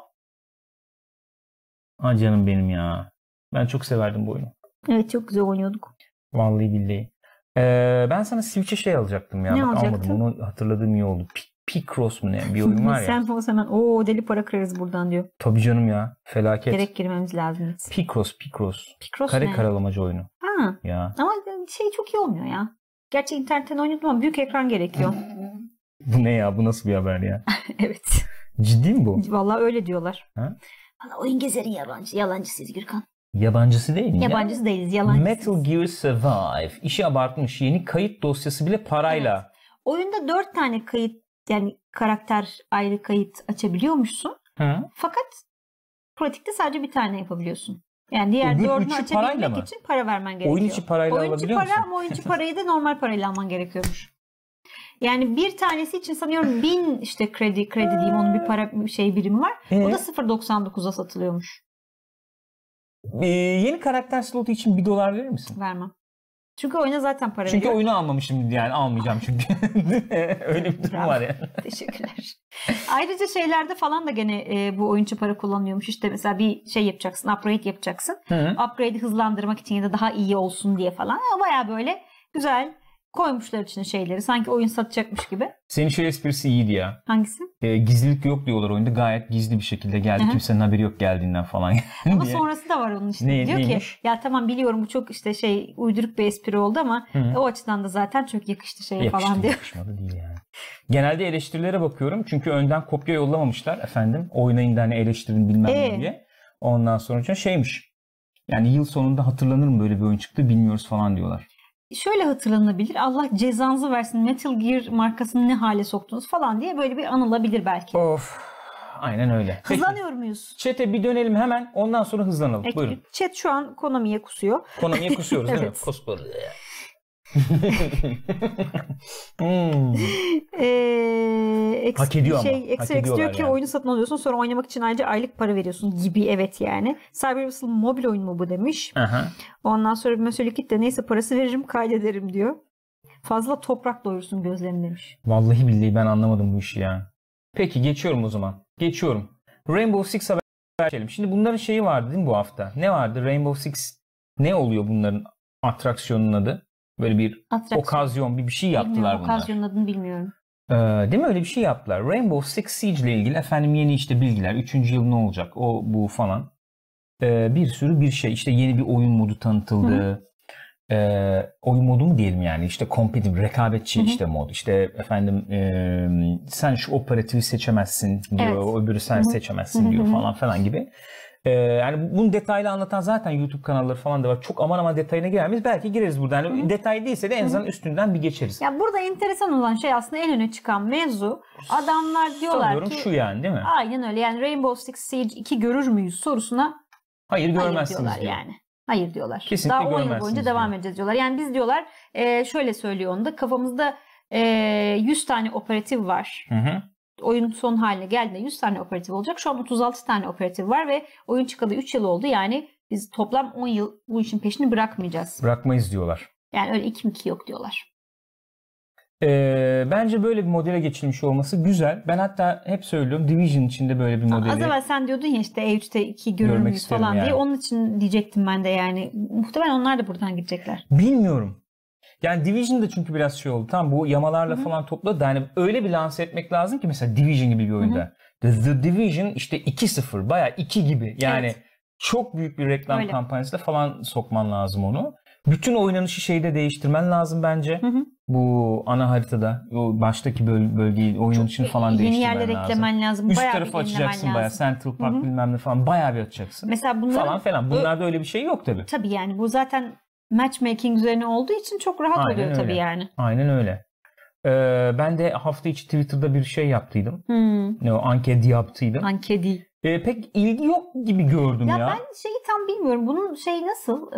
Canım benim ya. Ben çok severdim bu oyunu. Evet çok güzel oynuyorduk. Vallahi billahi. Ben sana Switch'e şey alacaktım ya. Ne Bak, alacaktın? almadım. Onu hatırladığım iyi oldu. Picross mu ne? Bir oyun var ya. Sen o zaman deli para kırarız buradan diyor. Tabii canım ya. Felaket. Direkt girmemiz lazım. Picross. Kare ne? Karalamacı oyunu. Ya. Ama şey çok iyi olmuyor ya. Gerçi internetten oynadım ama büyük ekran gerekiyor. Bu ne ya? Bu nasıl bir haber ya? Evet. Ciddi mi bu? Vallahi öyle diyorlar. Valla oyun gezerin yalancısıyız Gürkan. Yabancısı değil mi? Yabancısı değiliz, yalancısıyız. Metal Gear Survive. İşi abartmış. Yeni kayıt dosyası bile parayla. Evet. Oyunda 4 tane kayıt yani karakter ayrı kayıt açabiliyormuşsun. Fakat pratikte sadece bir tane yapabiliyorsun. Yani diğer 4'ünü açabilmek için para vermen gerekiyor. Oyun içi parayla alabiliyor musun? Ama oyun içi parayı da normal parayla alman gerekiyormuş. Yani bir tanesi için sanıyorum 1000 işte kredi diyeyim onun bir para birimi var. O da 0.99'a satılıyormuş. Yeni karakter slotu için $1 verir misin? Vermem. Çünkü oyuna zaten para veriyor. veriyor. Oyunu almamışım yani almayacağım çünkü. Öyle bir durum var yani. Teşekkürler. Ayrıca şeylerde falan da gene bu oyun içi para kullanıyormuş. İşte mesela bir şey yapacaksın, upgrade yapacaksın. Upgrade'i hızlandırmak için ya da daha iyi olsun diye falan. Baya böyle güzel koymuşlar içine şeyleri. Sanki oyun satacakmış gibi. Senin şey esprisi iyiydi ya. Hangisi? Gizlilik yok diyorlar oyunda. Gayet gizli bir şekilde geldi. Kimsenin haberi yok geldiğinden falan. Ama sonrası da var onun işte. Diyor neymiş? Ki ya tamam biliyorum bu çok işte uyduruk bir espri oldu ama o açıdan da zaten çok yakıştı falan diyor. Yakışmadı değil yani. Genelde eleştirilere bakıyorum. Çünkü önden kopya yollamamışlar efendim. Oynayın da hani eleştirin bilmem ne diye. Ondan sonra şeymiş. Yani yıl sonunda hatırlanır mı böyle bir oyun çıktı bilmiyoruz falan diyorlar. Şöyle hatırlanabilir. Allah cezanızı versin. Metal Gear markasını ne hale soktunuz falan diye böyle bir anılabilir belki. Of. Aynen öyle. Hızlanıyor muyuz? Chat'e bir dönelim hemen. Ondan sonra hızlanalım. Buyurun. Chat şu an Konami'ye kusuyor. Konami'ye kusuyoruz değil mi? Koskoru ya. Hak ediyor ama. XRX diyor ki oyunu satın alıyorsun sonra oynamak için ayrıca aylık para veriyorsun gibi, evet yani. Cyber Whistle mobil oyun mu bu demiş. Aha. Ondan sonra Monsieur Liquid de neyse parası veririm kaydederim diyor. Fazla toprak doyursun gözlerini demiş. Vallahi billahi ben anlamadım bu işi ya. Peki geçiyorum o zaman. Geçiyorum. Rainbow Six haber geçelim. Şimdi bunların şeyi vardı değil mi bu hafta? Ne vardı? Rainbow Six ne oluyor bunların atraksiyonun adı? Böyle bir okazyon bir şey yaptılar bilmiyorum, bunlar. Okazyonun adını bilmiyorum. Değil mi? Öyle bir şey yaptılar. Rainbow Six Siege ile ilgili efendim yeni işte bilgiler. 3. yıl ne olacak? O bu falan. Bir sürü bir şey. İşte yeni bir oyun modu tanıtıldı. Oyun modu mu diyelim yani? İşte competitive, rekabetçi işte mod. İşte efendim sen şu operatifi seçemezsin diyor. Evet. Öbürü sen seçemezsin diyor falan falan gibi. Yani bunu detaylı anlatan zaten YouTube kanalları falan da var. Çok aman detayına girer miyiz? Belki gireriz burada. Yani detay değilse de en azından üstünden bir geçeriz. Ya burada enteresan olan şey aslında en öne çıkan mevzu. Adamlar diyorlar sanıyorum ki şu yani değil mi? Aynen öyle. Yani Rainbow Six Siege 2 görür müyüz sorusuna hayır görmezsiniz diyor. Yani. Hayır diyorlar. Kesinlikle daha 10 yıl boyunca devam edeceğiz diyorlar. Yani biz diyorlar şöyle söylüyor onu da kafamızda 100 tane operatif var. Oyun son haline geldiğinde 100 tane operatif olacak. Şu an 36 tane operatif var ve oyun çıkalı 3 yıl oldu. Yani biz toplam 10 yıl bu işin peşini bırakmayacağız. Bırakmayız diyorlar. Yani öyle 2 yok diyorlar. Bence böyle bir modele geçilmiş olması güzel. Ben hatta hep söylüyorum Division içinde böyle bir modeli. Az evvel sen diyordun ya işte E3'te 2 görür müyüz falan yani diye. Onun için diyecektim ben de yani. Muhtemelen onlar da buradan gidecekler. Bilmiyorum. Yani Division'da çünkü biraz şey oldu. Tamam bu yamalarla falan topladı da hani öyle bir lanse etmek lazım ki mesela Division gibi bir oyunda. The Division işte 2-0 bayağı 2 gibi. Yani çok büyük bir reklam kampanyasıyla falan sokman lazım onu. Bütün oynanışı şeyde değiştirmen lazım bence. Bu ana haritada o baştaki bölgeyi oynanışını falan değiştirmen lazım. Yeni yerler eklemen lazım. Üst tarafı açacaksın bayağı. Central Park bilmem ne falan bayağı bir açacaksın. Mesela bunların, falan. Bunlarda öyle bir şey yok tabii. Tabii yani bu zaten matchmaking üzerine olduğu için çok rahat oluyor öyle. Tabii yani. Aynen öyle. Ben de hafta içi Twitter'da bir şey yaptıydım. Ne o anket yaptıydım. Anketi. Pek ilgi yok gibi gördüm ya. Ben şeyi tam bilmiyorum. Bunun şey nasıl?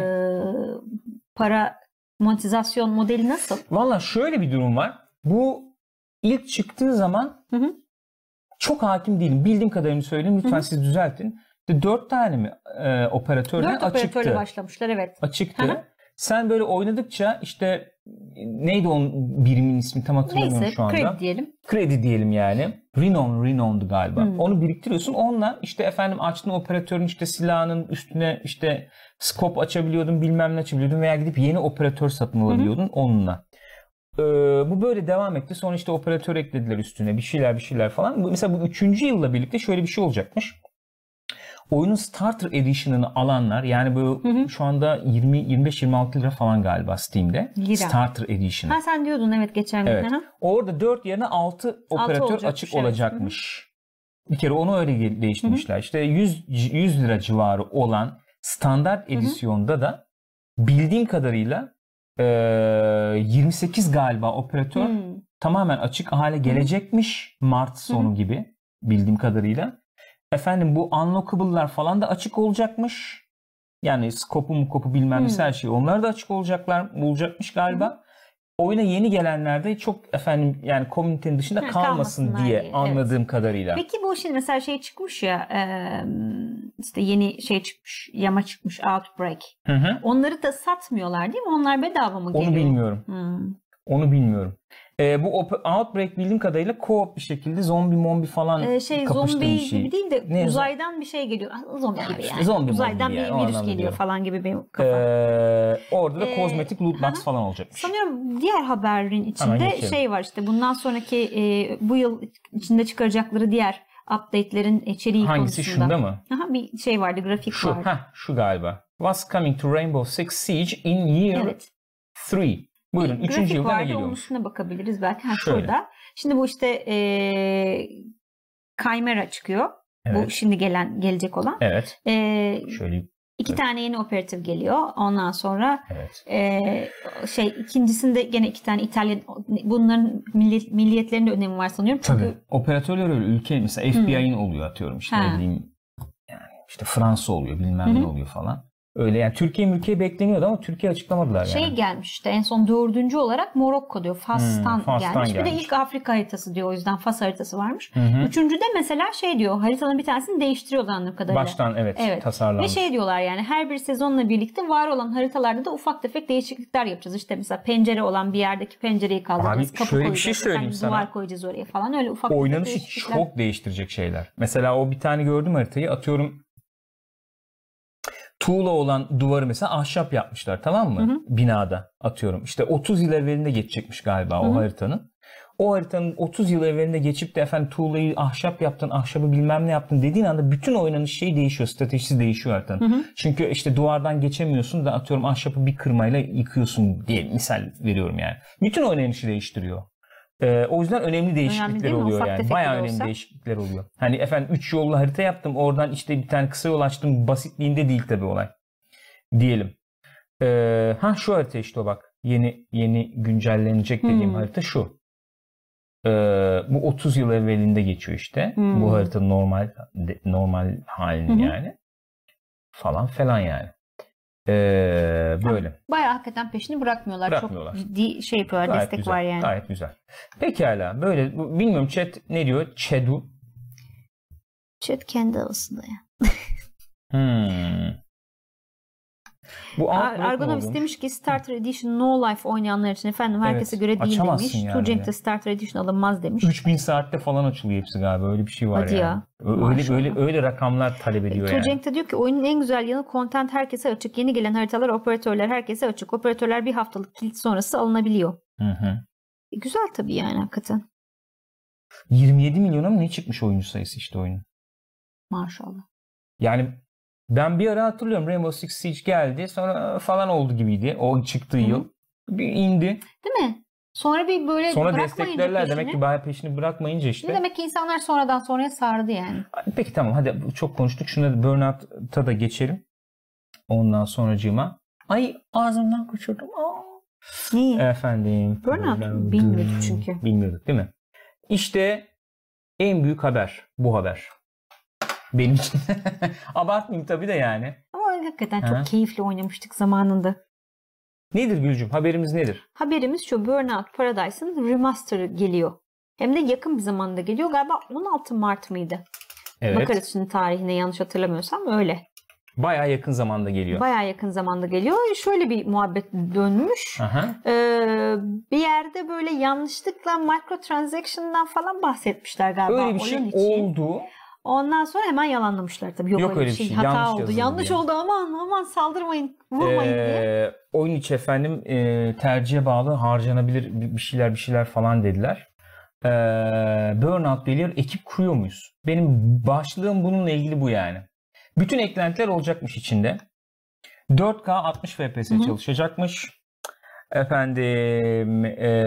Para monetizasyon modeli nasıl? Valla şöyle bir durum var. Bu ilk çıktığı zaman çok hakim değilim. Bildiğim kadarını söyleyeyim. Lütfen siz düzeltin. 4 tane mi operatörle açıktı. 4 operatörle başlamışlar evet. Açıktı. Sen böyle oynadıkça işte neydi onun birimin ismi tam hatırlamıyorum şu anda. Kredi diyelim. Kredi diyelim yani. Renown'du galiba. Onu biriktiriyorsun. Onunla işte efendim açtığın operatörün işte silahının üstüne işte scope açabiliyordun bilmem ne açabiliyordun veya gidip yeni operatör satın alabiliyordun onunla. Bu böyle devam etti. Sonra işte operatör eklediler üstüne bir şeyler falan. Mesela bu 3. yılla birlikte şöyle bir şey olacakmış. Oyunun Starter Edition'ını alanlar yani bu şu anda 25-26 lira falan galiba Steam'de. Starter Edition. Ha sen diyordun evet geçen gün. Evet. Orada 4 yerine 6 operatör açık olacakmış. Bir kere onu öyle değiştirmişler. İşte 100 lira civarı olan standart edisyonda da bildiğim kadarıyla 28 galiba operatör tamamen açık hale gelecekmiş Mart sonu gibi bildiğim kadarıyla. Efendim bu unlockable'lar falan da açık olacakmış. Yani scope'u bilmem ne her şey. Onlar da açık olacakmış galiba. Oyuna yeni gelenler de çok efendim yani komünitenin dışında kalmasın diye anladığım kadarıyla. Peki bu şimdi mesela şey çıkmış ya işte yeni şey çıkmış, yama çıkmış Outbreak. Onları da satmıyorlar değil mi? Onlar bedava mı geliyor? Onu bilmiyorum. Onu bilmiyorum. Bu Outbreak bildiğim kadarıyla co-op bir şekilde zombi falan kapıştığım bir şey. Gibi değil de uzaydan bir şey geliyor. Zombi gibi yani. Zombi uzaydan bir yani, virüs geliyor falan gibi benim kafam. Orada da kozmetik loot box falan olacakmış. Sanıyorum diğer haberin içinde şey var işte bundan sonraki bu yıl içinde çıkaracakları diğer update'lerin içeriği hangisi konusunda. Şunda mı? Bir şey vardı, grafik vardı. Şu galiba. What's coming to Rainbow Six Siege in year 3? Buyurun. 3. yılda ne geliyormuş? Onun üstüne bakabiliriz belki. Şurada. Şimdi bu işte Chimera çıkıyor. Evet. Bu şimdi gelecek olan. Evet. Şöyle. 2 tane yeni operatif geliyor. Ondan sonra ikincisinde gene 2 tane İtalyan, bunların milliyetlerinde önemi var sanıyorum. Çünkü tabii. Operatörler öyle ülke mesela FBI'nin oluyor atıyorum işte ne bileyim yani işte Fransa oluyor bilmem ne oluyor falan. Öyle yani Türkiye bekleniyordu ama Türkiye açıklamadılar yani. Şey gelmiş işte en son 4. olarak Morokko diyor. Fas'tan gelmiş. Bir de ilk Afrika haritası diyor. O yüzden Fas haritası varmış. Üçüncüde mesela şey diyor. Haritanın bir tanesini değiştiriyorlar anladığım kadarıyla. Baştan evet tasarlanmış. Ve şey diyorlar yani her bir sezonla birlikte var olan haritalarda da ufak tefek değişiklikler yapacağız. İşte mesela pencere olan bir yerdeki pencereyi kaldıracağız. Kapı şöyle bir şey söyleyeyim sana. Duvar koyacağız oraya falan. Öyle ufak oynanışı değişiklikler. Çok değiştirecek şeyler. Mesela o bir tane gördüm haritayı. Atıyorum tuğla olan duvarı mesela ahşap yapmışlar, tamam mı? Binada atıyorum. İşte 30 yıl evvelinde geçecekmiş galiba o haritanın. O haritanın 30 yıl evvelinde geçip de efendim tuğlayı ahşap yaptın, ahşabı bilmem ne yaptın dediğin anda bütün oynanış şeyi değişiyor. Stratejisi değişiyor haritanın. Çünkü işte duvardan geçemiyorsun da atıyorum ahşabı bir kırmayla yıkıyorsun diye misal veriyorum yani. Bütün oynanışı değiştiriyor. O yüzden önemli değişiklikler oluyor yani. Bayağı önemli değişiklikler oluyor. Hani efendim 3 yollu harita yaptım. Oradan işte bir tane kısa yol açtım. Basitliğinde değil tabii olay. Diyelim. Şu harita işte o bak. Yeni güncellenecek dediğim harita şu. Bu 30 yıl evvelinde geçiyor işte. Bu harita normal halini yani. Falan yani. Böyle. Bayağı hakikaten peşini bırakmıyorlar. Çok ciddi şey yapıyorlar. Gayet destek güzel, var yani. Gayet güzel. Pekala. Böyle bilmiyorum chat ne diyor? Çedu. Chat kendi arasında ya. Bu Argonavis demiş ki Starter Edition No Life oynayanlar için efendim herkese göre değil demiş. Yani. Tucenk'te Starter Edition alınmaz demiş. 3000 saatte falan açılıyor hepsi galiba. Öyle bir şey var. Hadi yani. Öyle rakamlar talep ediyor yani. Tucenk'te diyor ki oyunun en güzel yanı content herkese açık. Yeni gelen haritalar, operatörler herkese açık. Operatörler bir haftalık kilit sonrası alınabiliyor. Güzel tabii yani hakikaten. 27 milyona mı ne çıkmış oyuncu sayısı işte oyunun. Maşallah. Yani ben bir ara hatırlıyorum Rainbow Six Siege geldi sonra falan oldu gibiydi o çıktığı yıl. Bir indi. Değil mi? Sonra bir böyle sonra desteklerler demek ki bayağı peşini bırakmayınca işte. Demek ki insanlar sonradan sonraya sardı yani. Peki tamam hadi çok konuştuk. Şuna da Burnout'a da geçelim. Ondan sonracığıma. Ay ağzımdan kaçırdım. Niye? Efendim. Burnout bilmiyorduk çünkü. Bilmiyorduk değil mi? İşte en büyük haber bu haber. Benim için. Abartmayayım tabii de yani. Ama hakikaten çok keyifli oynamıştık zamanında. Nedir Gülcüm? Haberimiz nedir? Haberimiz şu. Burnout Paradise'ın remaster'ı geliyor. Hem de yakın bir zamanda geliyor. Galiba 16 Mart mıydı? Evet. Bakarız şimdi tarihine yanlış hatırlamıyorsam öyle. Bayağı yakın zamanda geliyor. Bayağı yakın zamanda geliyor. Şöyle bir muhabbet dönmüş. Bir yerde böyle yanlışlıkla microtransaction'dan falan bahsetmişler galiba. Öyle bir şey oldu. Ondan sonra hemen yalanlamışlar tabii. Yok öyle bir şey. Hata oldu. Yanlış oldu. Aman saldırmayın. Vurmayın diye. Oyun içi efendim tercihe bağlı harcanabilir bir şeyler falan dediler. Burnout geliyor. Ekip kuruyor muyuz? Benim başlığım bununla ilgili bu yani. Bütün eklentiler olacakmış içinde. 4K 60 FPS çalışacakmış. Efendim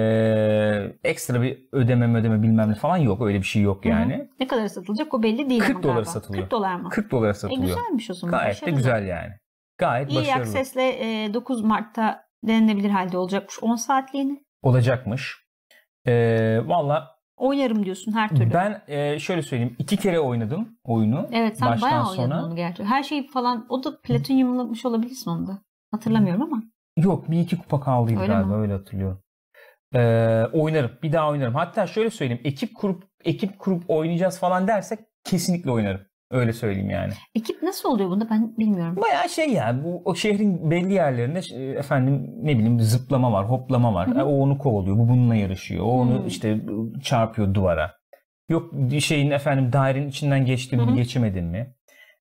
ekstra bir ödeme bilmem ne falan yok. Öyle bir şey yok yani. Ne kadar satılacak o belli değil. 40 dolar satılıyor. 40 dolar mı? 40 dolara satılıyor. Güzelmiş o zaman. Gayet başarılı. De güzel yani. Gayet başarılı. İyi Access'le 9 Mart'ta denenebilir halde olacakmış. 10 saatliğini. Olacakmış. Valla oynarım diyorsun her türlü. Ben şöyle söyleyeyim. 2 kere oynadım oyunu. Evet sen bayağı oynadın onu gerçekten. Her şey falan o da platinyumlamış olabilirsin onu da. Hatırlamıyorum ama. Yok 1-2 kupa kaldıydı öyle galiba mi? Öyle hatırlıyorum. Oynarım. Bir daha oynarım. Hatta şöyle söyleyeyim. Ekip kurup oynayacağız falan dersek kesinlikle oynarım. Öyle söyleyeyim yani. Ekip nasıl oluyor bunda ben bilmiyorum. Bayağı şey yani bu o şehrin belli yerlerinde efendim ne bileyim zıplama var, hoplama var. O onu kovalıyor, bu bununla yarışıyor. O onu işte çarpıyor duvara. Yok şeyin efendim dairenin içinden geçtin mi, geçemedin mi?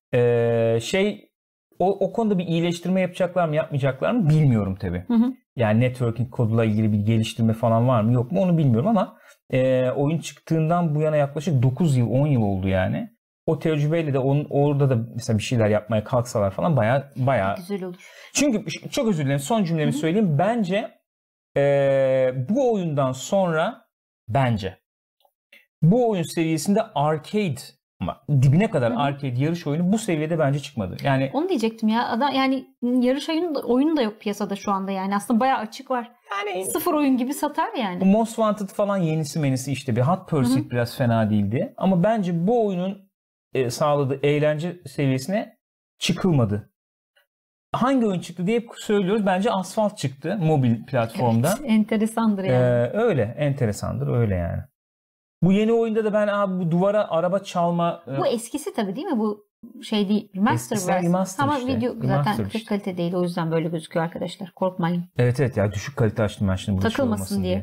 O konuda bir iyileştirme yapacaklar mı, yapmayacaklar mı bilmiyorum tabii. Yani networking koduyla ilgili bir geliştirme falan var mı, yok mu onu bilmiyorum ama oyun çıktığından bu yana yaklaşık 9 yıl, 10 yıl oldu yani. O tecrübeyle de orada da mesela bir şeyler yapmaya kalksalar falan bayağı güzel olur. Çünkü çok özür dilerim son cümlemi söyleyeyim. Bence bu oyundan sonra bu oyun seviyesinde arcade ama dibine kadar arcade yarış oyunu bu seviyede bence çıkmadı. Yani onu diyecektim ya. Yani yarış oyunu da yok piyasada şu anda yani. Aslında bayağı açık var. Yani sıfır oyun gibi satar yani. Most Wanted falan yenisi işte bir Hot Pursuit biraz fena değildi. Ama bence bu oyunun sağladığı eğlence seviyesine çıkılmadı. hangi oyun çıktı diye söylüyoruz. Bence Asphalt çıktı mobil platformda. Evet, enteresandır yani. Öyle enteresandır öyle yani. Bu yeni oyunda da ben abi bu duvara araba çalma... Bu eskisi tabii değil mi? Bu şey değil. Remaster remaster ama işte. video zaten Remaster kısık kalite değil. O yüzden böyle gözüküyor arkadaşlar. Korkmayın. Evet ya düşük kalite açtım ben şimdi. Takılmasın diye.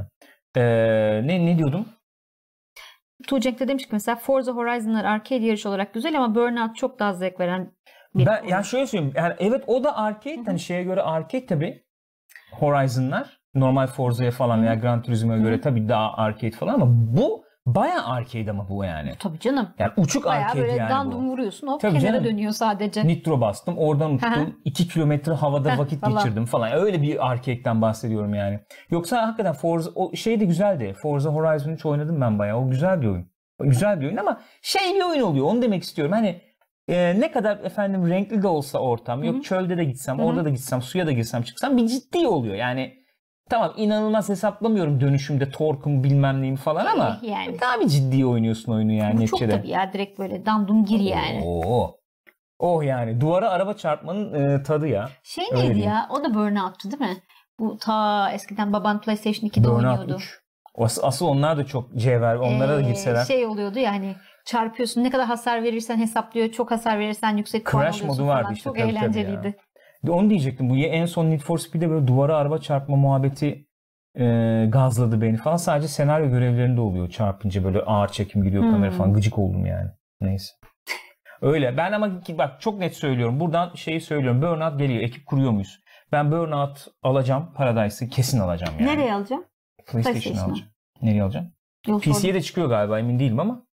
Ne diyordum? Tuğçek de demiş ki mesela Forza Horizon'lar arcade yarış olarak güzel ama Burnout çok daha zevk veren bir Ben yani şöyle söyleyeyim. Yani evet o da arcade. Hani şeye göre arcade tabii. Horizon'lar normal Forza'ya falan veya Gran Turismo'ya göre tabii daha arcade falan ama bu bayağı arcade ama bu yani. Tabii canım. Yani uçuk bayağı arcade böyle yani dandum bu. vuruyorsun o Tabii kenara canım. dönüyor sadece. Nitro bastım oradan uçtum 2 kilometre havada vakit falan. geçirdim falan. Öyle bir arcade'den bahsediyorum yani. Yoksa hakikaten Forza o şey de güzeldi. Forza Horizon 3 oynadım ben bayağı. O güzel bir oyun. Güzel bir oyun ama şey bir oyun oluyor. Onu demek istiyorum. Hani ne kadar efendim renkli de olsa ortam. Yok çölde de gitsem, orada da gitsem, suya da girsem çıksam bir ciddi oluyor. Yani tamam inanılmaz hesaplamıyorum dönüşümde torkumu bilmem neyim falan ama yani. daha bir ciddi oynuyorsun oyunu yani. Bu çok tabii ya direkt böyle dandum gir yani. Oh yani duvara araba çarpmanın tadı ya. Şey neydi ya? O da Burnout'tu değil mi? Bu ta eskiden baban PlayStation 2'de oynuyordu. 3. Asıl onlar da çok cevher. Onlara da girseler. Şey oluyordu ya hani çarpıyorsun ne kadar hasar verirsen hesaplıyor. Çok hasar verirsen yüksek puan Crash alıyorsun modu vardı falan. işte. Çok tabii, eğlenceliydi. Onu diyecektim. Bu en son Need for Speed'de böyle duvara araba çarpma muhabbeti gazladı beni falan. Sadece senaryo görevlerinde oluyor. Çarpınca böyle ağır çekim gidiyor kamera falan. Gıcık oldum yani. Neyse. Öyle. Ben ama bak çok net söylüyorum. Buradan şeyi söylüyorum. Burnout geliyor. Ekip kuruyor muyuz? Ben Burnout alacağım. Paradise'ı kesin alacağım yani. Nereye alacağım? PlayStation'a alacağım. Nereye alacağım? Yok, PC'ye de çıkıyor galiba emin değilim ama.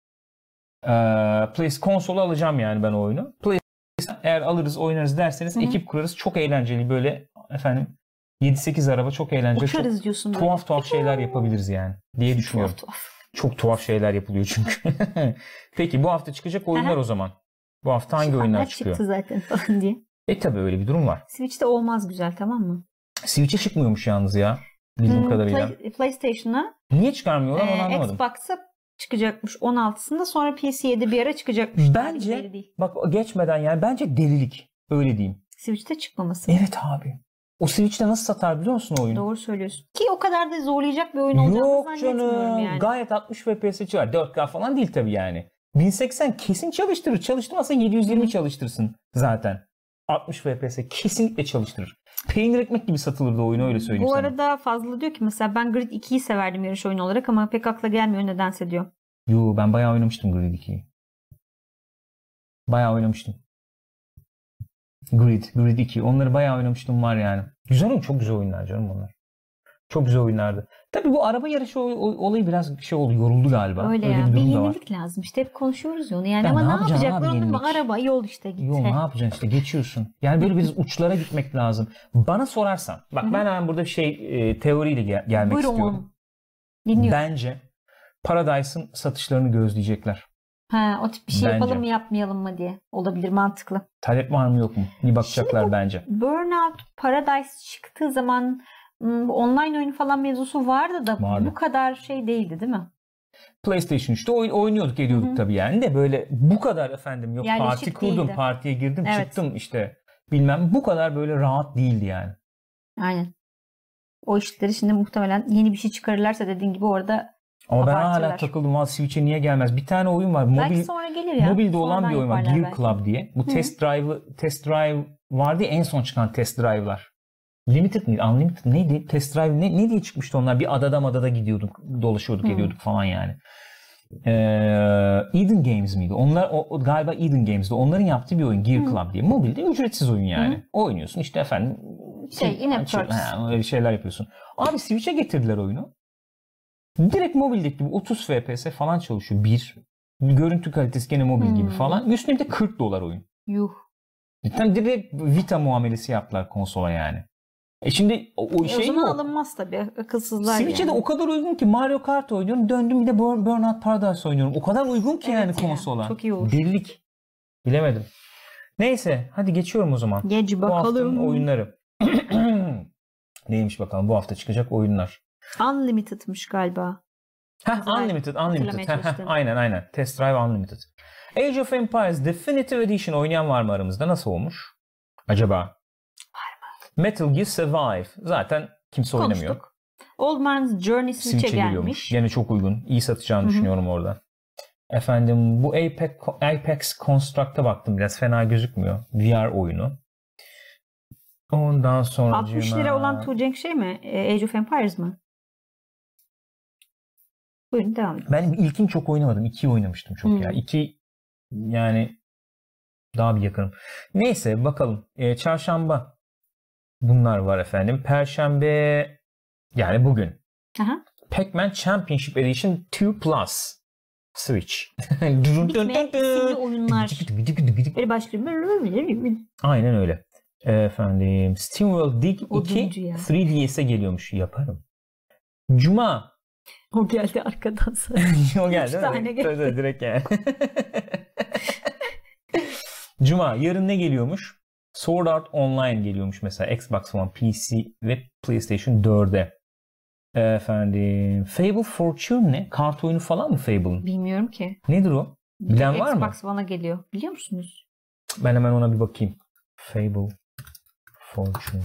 Konsolu alacağım yani ben o oyunu. Eğer alırız oynarız derseniz ekip kurarız. Çok eğlenceli böyle efendim 7-8 araba çok eğlenceli. Uçarız çok diyorsun tuhaf şeyler yapabiliriz yani diye düşünüyorum. Çok tuhaf şeyler yapılıyor çünkü. Peki bu hafta çıkacak oyunlar o zaman. Bu hafta hangi oyunlar çıkıyor? Çıktı zaten falan diye. Tabii öyle bir durum var. Switch'te olmaz güzel tamam mı? Switch'e çıkmıyor yalnız ya. Bildiğim kadarıyla. PlayStation'a. Niye çıkarmıyorlar onu anlamadım. Xbox'a çıkacakmış 16'sında sonra PC'ye de bir ara çıkacakmış. Bence bak geçmeden yani bence delilik. Öyle diyeyim. Switch'te çıkmaması. Evet abi. O Switch'te nasıl satar biliyor musun o oyunu? Doğru söylüyorsun. Ki o kadar da zorlayacak bir oyun olacağını zannetmiyorum yani. Gayet 60 FPS çıkar. 4K falan değil tabii yani. 1080 kesin çalıştırır. Çalıştırmazsa 720 çalıştırsın zaten. 60 FPS kesinlikle çalıştırır. Peynir ekmek gibi satılırdı oyunu öyle söyleyeyim Bu sana. arada Fazla diyor ki mesela ben Grid 2'yi severdim yarış oyunu olarak ama pek akla gelmiyor nedense diyor. Yo ben bayağı oynamıştım Grid 2'yi. Bayağı oynamıştım. Grid 2. Onları bayağı oynamıştım var yani. Güzel oyun. Çok güzel oyunlar canım onlar. Çok güzel oyunlardı. Tabii bu araba yarışı olayı biraz şey oldu. Yoruldu galiba. Öyle ya. Bir yenilik lazım. İşte hep konuşuyoruz ya onu. Yani ama ne yapacaklar onun araba yol işte git. Yol ne yapacaksın işte geçiyorsun. Yani böyle biraz uçlara gitmek lazım. Bana sorarsan. Bak ben hemen burada bir teoriyle gelmek istiyorum. Dinliyorum. Bence Paradise'ın satışlarını gözleyecekler. O tip bir şey yapalım mı yapmayalım mı diye. Olabilir mantıklı. Talep var mı yok mu? Bir bakacaklar bence. Burnout Paradise çıktığı zaman online oyun falan mevzusu vardı da bu kadar şey değildi değil mi? PlayStation 3'te oynuyorduk ediyorduk tabii yani de böyle bu kadar efendim yok yani parti kurdum değildi. Partiye girdim çıktım işte bilmem bu kadar böyle rahat değildi yani. Aynen. O işleri şimdi muhtemelen yeni bir şey çıkarırlarsa dediğin gibi orada ama ben hala takıldım. Switch'e niye gelmez? Bir tane oyun var. Belki sonra gelir ya. Mobilde olan bir oyun var. Gear Club diye. Bu Test Drive vardı ya en son çıkan Test Drive'lar. Limited mi? Unlimited neydi? Test Drive ne diye çıkmıştı onlar? Bir adada gidiyorduk, dolaşıyorduk, ediyorduk falan yani. Eden Games miydi? Onlar galiba Eden Games'di. Onların yaptığı bir oyun Gear Club diye. Mobilde ücretsiz oyun yani. Oynuyorsun işte efendim. Öyle şeyler yapıyorsun. Abi Switch'e getirdiler oyunu. Direkt mobildeki gibi 30 FPS falan çalışıyor. Görüntü kalitesi gene mobil gibi falan. Üstüne bir de $40 oyun. Yuh. Direkt Vita muamelesi yaptılar konsola yani. Şimdi o şey yok. O zaman alınmaz tabii. Akılsızlar Switch'e de o kadar uygun ki Mario Kart oynuyorum. Döndüm bir de Burnout Paradise oynuyorum. O kadar uygun ki yani konsola. Çok iyi olur. Delilik. Bilemedim. Neyse hadi geçiyorum o zaman. Geç bakalım. Bu haftanın oyunları. Neymiş bakalım bu hafta çıkacak oyunlar. Unlimited'mış galiba. Unlimited. Aynen. Test Drive Unlimited. Age of Empires Definitive Edition oynayan var mı aramızda? Nasıl olmuş? Acaba? Metal Gear Survive. Zaten kimse oynamıyor. Old Man's Journey Switch'e gelmiş. Yine çok uygun. İyi satacağını düşünüyorum orada. Efendim bu Apex Construct'a baktım. Biraz fena gözükmüyor. VR oyunu. Ondan sonra 60 lira olan Tuğcenk şey mi? Age of Empires mı? Buyurun devam edin. Ben ilkini çok oynamadım. 2'yi oynamıştım çok ya. 2 yani daha bir yakınım. Neyse bakalım. Çarşamba bunlar var efendim. Perşembe yani bugün. Pac-Man Championship Edition 2 Plus Switch. Bitmeyen isimli oyunlar. Böyle başlıyor. Aynen öyle. Efendim SteamWorld Dig 2 3DS'e geliyormuş. Yaparım. Cuma. O geldi arkadan sonra. O geldi mi? Geldi. Direkt yani. Cuma. Yarın ne geliyormuş? Sword Art Online geliyormuş mesela. Xbox One, PC ve PlayStation 4'e. Efendim Fable Fortune ne? Kart oyunu falan mı Fable'ın? Bilmiyorum ki. Nedir o? Bilen var mı? Xbox One'a geliyor. Biliyor musunuz? Ben hemen ona bir bakayım. Fable Fortune.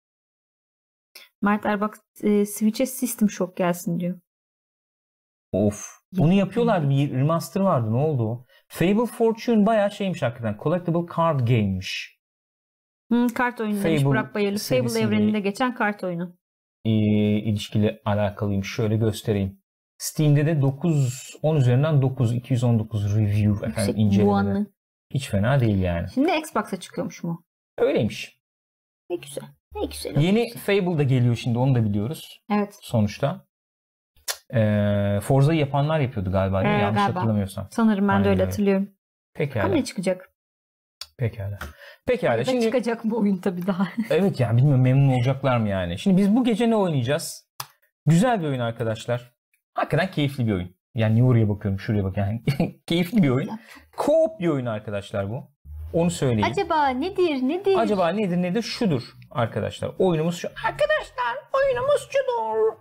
Mert Erbak Switch'e System Shock gelsin diyor. Of. Onu yapıyorlardı. Bir remaster vardı. Ne oldu o? Fable Fortune bayağı şeymiş hakikaten. Collectible card game'miş. Kart oyunu demiş Burak Bayırlı. Fable evreninde geçen kart oyunu. İlişkili alakalıymış. Şöyle göstereyim. Steam'de de 10 üzerinden 219 review efendim incelemede. Hiç fena değil yani. Şimdi Xbox'a çıkıyormuş mu? Öyleymiş. Ne güzel. Ne güzel. Yeni Fable da geliyor şimdi, onu da biliyoruz. Evet. Sonuçta. Forza'yı yapanlar yapıyordu galiba. Yanlış hatırlamıyorsam. Sanırım ben de öyle hatırlıyorum. Pekala. Ne çıkacak? Pekala. Şimdi çıkacak bu oyun tabii daha. Evet yani bilmiyorum memnun olacaklar mı yani. Şimdi biz bu gece ne oynayacağız? Güzel bir oyun arkadaşlar. Hakikaten keyifli bir oyun. Yani niye oraya bakıyorum, şuraya bakıyorum. Yani keyifli bir oyun. Co-op bir oyun arkadaşlar bu. Onu söyleyeyim. Acaba nedir? Acaba nedir? Şudur arkadaşlar. Oyunumuz şu. Arkadaşlar oyunumuz şudur.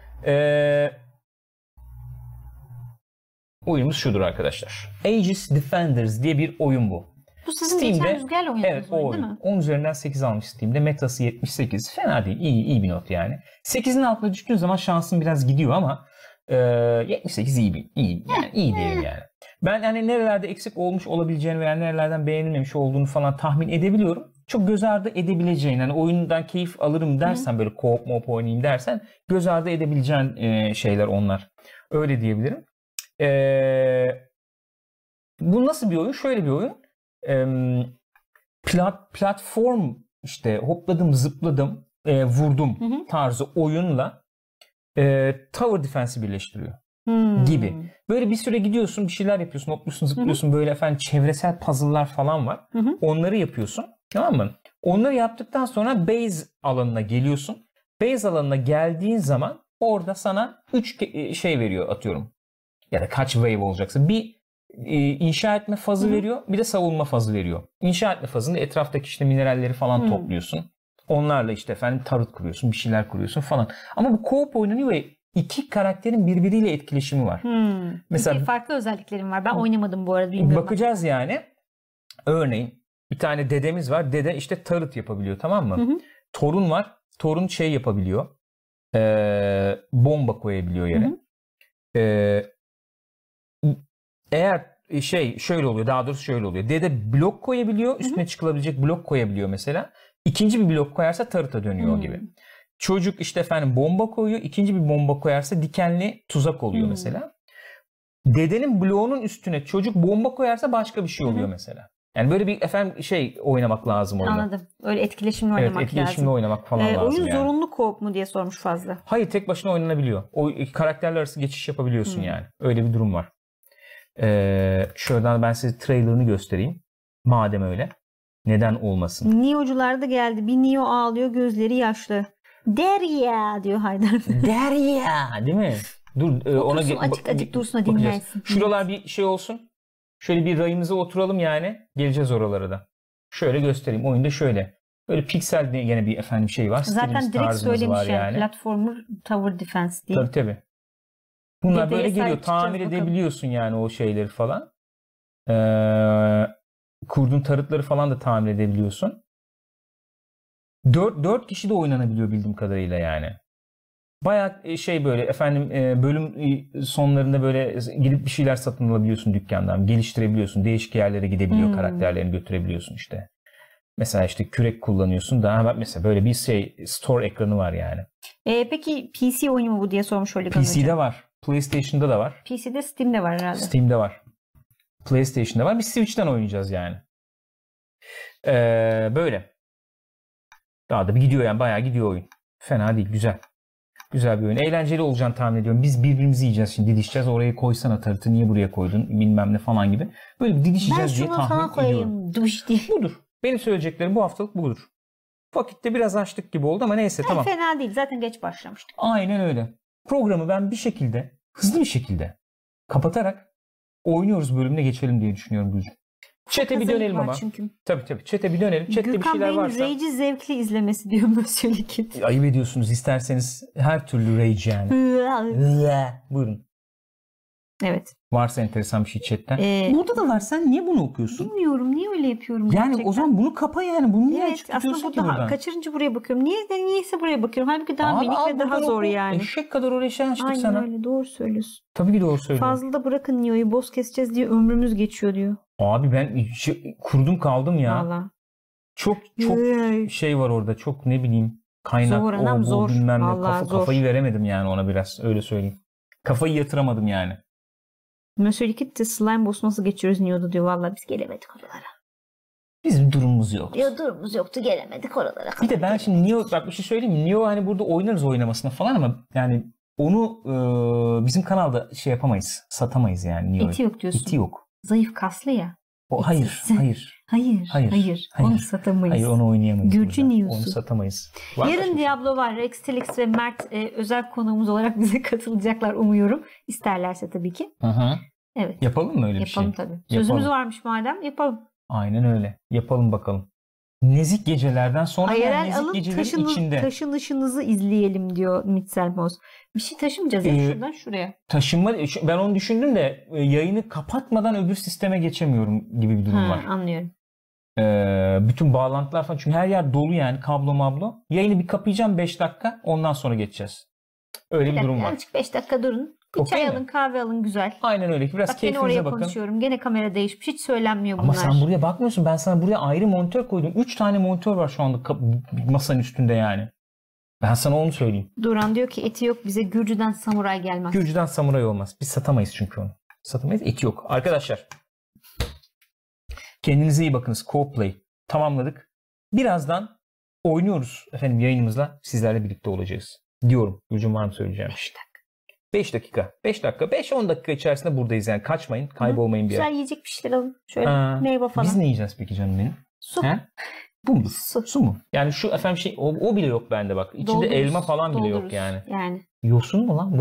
Oyunumuz şudur arkadaşlar. Aegis Defenders diye bir oyun bu. Bu sizin geçen Rüzgar'la oynadığınız oyun değil mi? 10 üzerinden 8 almış Steam'de. Metası 78. Fena değil. İyi bir not yani. 8'in altına düştüğün zaman şansın biraz gidiyor ama 78 iyi yani iyi diyelim yani. Ben yani nerelerde eksik olmuş olabileceğini veya nerelerden beğenilmemiş olduğunu falan tahmin edebiliyorum. Çok göz ardı edebileceğin, yani oyundan keyif alırım dersen, böyle co-op oynayayım dersen göz ardı edebileceğin şeyler onlar. Öyle diyebilirim. Bu nasıl bir oyun? Şöyle bir oyun. Platform işte hopladım zıpladım vurdum tarzı oyunla Tower Defense'i birleştiriyor gibi. Böyle bir süre gidiyorsun, bir şeyler yapıyorsun, hopluyorsun zıplıyorsun, böyle efendim çevresel puzzle'lar falan var. Onları yapıyorsun, tamam mı? Onları yaptıktan sonra base alanına geliyorsun. Base alanına geldiğin zaman orada sana 3 şey veriyor atıyorum. Ya da kaç wave olacaksa. Bir inşa etme fazı veriyor, bir de savunma fazı veriyor. İnşa etme fazında etraftaki işte mineralleri falan topluyorsun. Onlarla işte efendim tarıt kuruyorsun, bir şeyler kuruyorsun falan. Ama bu co-op oynanıyor ve iki karakterin birbiriyle etkileşimi var. Mesela iki farklı özelliklerim var. Ben oynamadım bu arada, bilmiyorum. Bakacağız yani. Örneğin bir tane dedemiz var. Dede işte tarıt yapabiliyor, tamam mı? Torun var. Torun şey yapabiliyor. Bomba koyabiliyor yere. Eğer şöyle oluyor, daha doğrusu şöyle oluyor. Dede blok koyabiliyor, üstüne çıkılabilecek blok koyabiliyor mesela. İkinci bir blok koyarsa tarıta dönüyor gibi. Çocuk işte efendim bomba koyuyor, ikinci bir bomba koyarsa dikenli tuzak oluyor mesela. Dedenin bloğunun üstüne çocuk bomba koyarsa başka bir şey oluyor mesela. Yani böyle bir efendim oynamak lazım oyunu. Anladım. Öyle etkileşimli oynamak lazım. Evet, etkileşimli oynamak falan lazım oyun yani. Zorunlu co-op mu diye sormuş Fazla. Hayır, tek başına oynanabiliyor. O karakterler arası geçiş yapabiliyorsun yani. Öyle bir durum var. Şuradan ben size trailerını göstereyim. Madem öyle. Neden olmasın? Neo'cular da geldi. Bir Neo ağlıyor, gözleri yaşlı. Derya diyor Haydar. Derya değil mi? Dur otursun, ona açık dursun, dinlersin. Şuralar bir şey olsun. Şöyle bir rayımıza oturalım yani. Geleceğiz oralara da. Şöyle göstereyim. Oyunda şöyle. Böyle piksel yine bir efendim şey var. Zaten direkt söylemiş yani. Platformer Tower Defense diye. Tabii. Bunlar böyle geliyor. Tamir edebiliyorsun yani o şeyleri falan. Kurduğun tarıtları falan da tamir edebiliyorsun. 4 kişi de oynanabiliyor bildiğim kadarıyla yani. Bayağı böyle efendim bölüm sonlarında böyle gidip bir şeyler satın alabiliyorsun dükkandan. Geliştirebiliyorsun. Değişik yerlere gidebiliyor. Karakterlerini götürebiliyorsun işte. Mesela işte kürek kullanıyorsun. Daha mesela böyle bir store ekranı var yani. Peki PC oyunu mu bu diye sormuş Oligan Hocam. PC'de var. PlayStation'da da var. PC'de Steam'de var herhalde. Steam'de var. PlayStation'da var. Biz Switch'ten oynayacağız yani. Böyle. Daha da bir gidiyor yani. Bayağı gidiyor oyun. Fena değil. Güzel. Güzel bir oyun. Eğlenceli olacağını tahmin ediyorum. Biz birbirimizi yiyeceğiz şimdi. Didişeceğiz. Oraya koysana tarıtı. Niye buraya koydun? Bilmem ne falan gibi. Böyle bir didişeceğiz diye tahmin ediyorum. Budur. Benim söyleyeceklerim bu haftalık budur. Vakitte biraz açtık gibi oldu ama neyse tamam. Fena değil. Zaten geç başlamıştık. Aynen öyle. Programı ben bir şekilde, hızlı bir şekilde kapatarak oynuyoruz bölümüne geçelim diye düşünüyorum Gülcüm. Chat'e bir dönelim ama. Çünkü. Tabii. Chat'e bir dönelim. Chat'te bir şeyler varsa. Gürkan Bey'in Rage'i zevkli izlemesi diyor Mösyö Likit. Ayıp ediyorsunuz. İsterseniz her türlü Rage yani. Buyurun. Evet. Varsa enteresan bir şey chatten. Burada da var. Sen niye bunu okuyorsun? Bilmiyorum. Niye öyle yapıyorum yani gerçekten? O zaman bunu kapa yani. Bunu niye açık tutuyorsun ki buradan? Kaçırınca buraya bakıyorum. Niyeyse buraya bakıyorum. Halbuki daha minik ve daha zor yani. Eşek kadar oraya şey açtık aynen sana. Aynen öyle. Doğru söylüyorsun. Tabii ki doğru söylüyorum. Fazla da bırakın Nio'yu. Boss keseceğiz diye ömrümüz geçiyor diyor. Abi ben kurdum kaldım ya. Valla. Çok şey var orada. Çok ne bileyim. Kaynak. Zor anam zor. Bilmem ne. Kafayı veremedim yani ona biraz. Öyle söyleyeyim. Kafayı yatıramadım yani. Mösyö Likit de slime boss nasıl geçiyoruz Nio'da diyor. Valla biz gelemedik oralara. Bizim durumumuz yoktu. Durumumuz yoktu. Gelemedik oralara. Bir de ben şimdi Nio, bak bir şey söyleyeyim mi? Nio hani burada oynarız oynamasına falan ama yani onu bizim kanalda şey yapamayız. Satamayız yani Nio'yu. Eti yok diyorsun. Eti yok. Zayıf kaslı ya. Hayır. Onu satamayız. Hayır onu oynayamayız. Gürcü Nio'su. Onu satamayız. Yarın Diablo var. Rex Tilix ve Mert özel konuğumuz olarak bize katılacaklar umuyorum. İsterlerse tabii ki. Hı. Evet. Yapalım mı öyle bir şey? Yapalım tabii. Sözümüz varmış madem yapalım. Aynen öyle. Yapalım bakalım. Nezik gecelerden sonra nezik gecelerin içinde. Taşınışınızı izleyelim diyor Mitselmos. Bir şey taşımayacağız ya şuradan şuraya. Taşınma, ben onu düşündüm de yayını kapatmadan öbür sisteme geçemiyorum gibi bir durum var. Anlıyorum. Bütün bağlantılar falan çünkü her yer dolu yani kablo mablo. Yayını bir kapayacağım 5 dakika ondan sonra geçeceğiz. Öyle bir durum var. Azıcık 5 dakika durun. Bir çay alın, kahve alın güzel. Aynen öyle. Biraz keyfinize bakın. Konuşuyorum. Gene kamera değişmiş. Hiç söylenmiyor bunlar. Ama sen buraya bakmıyorsun. Ben sana buraya ayrı monitör koydum. 3 tane monitör var şu anda masanın üstünde yani. Ben sana onu söyleyeyim. Duran diyor ki eti yok bize Gürcü'den samuray gelmez. Gürcü'den samuray olmaz. Biz satamayız çünkü onu. Satamayız. Eti yok. Arkadaşlar. Kendinize iyi bakınız. Co-play. Tamamladık. Birazdan oynuyoruz efendim yayınımızla. Sizlerle birlikte olacağız. Diyorum. Gürcüm var mı söyleyeceğim? 5 dakika. 5-10 dakika içerisinde buradayız yani. Kaçmayın. Kaybolmayın bir yer. Güzel yiyecek bir şeyler alın. Şöyle meyve falan. Biz ne yiyeceğiz peki canım benim? Su. Bu mu? Su mu? Yani şu efendim o bile yok bende bak. İçinde elma falan bile yok yani. Yosun mu lan bu?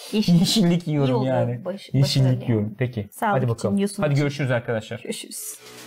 Yeşillik yiyorum yani. Yeşillik yiyorum. Peki. Sağlık hadi bakalım. Hadi görüşürüz arkadaşlar. Görüşürüz.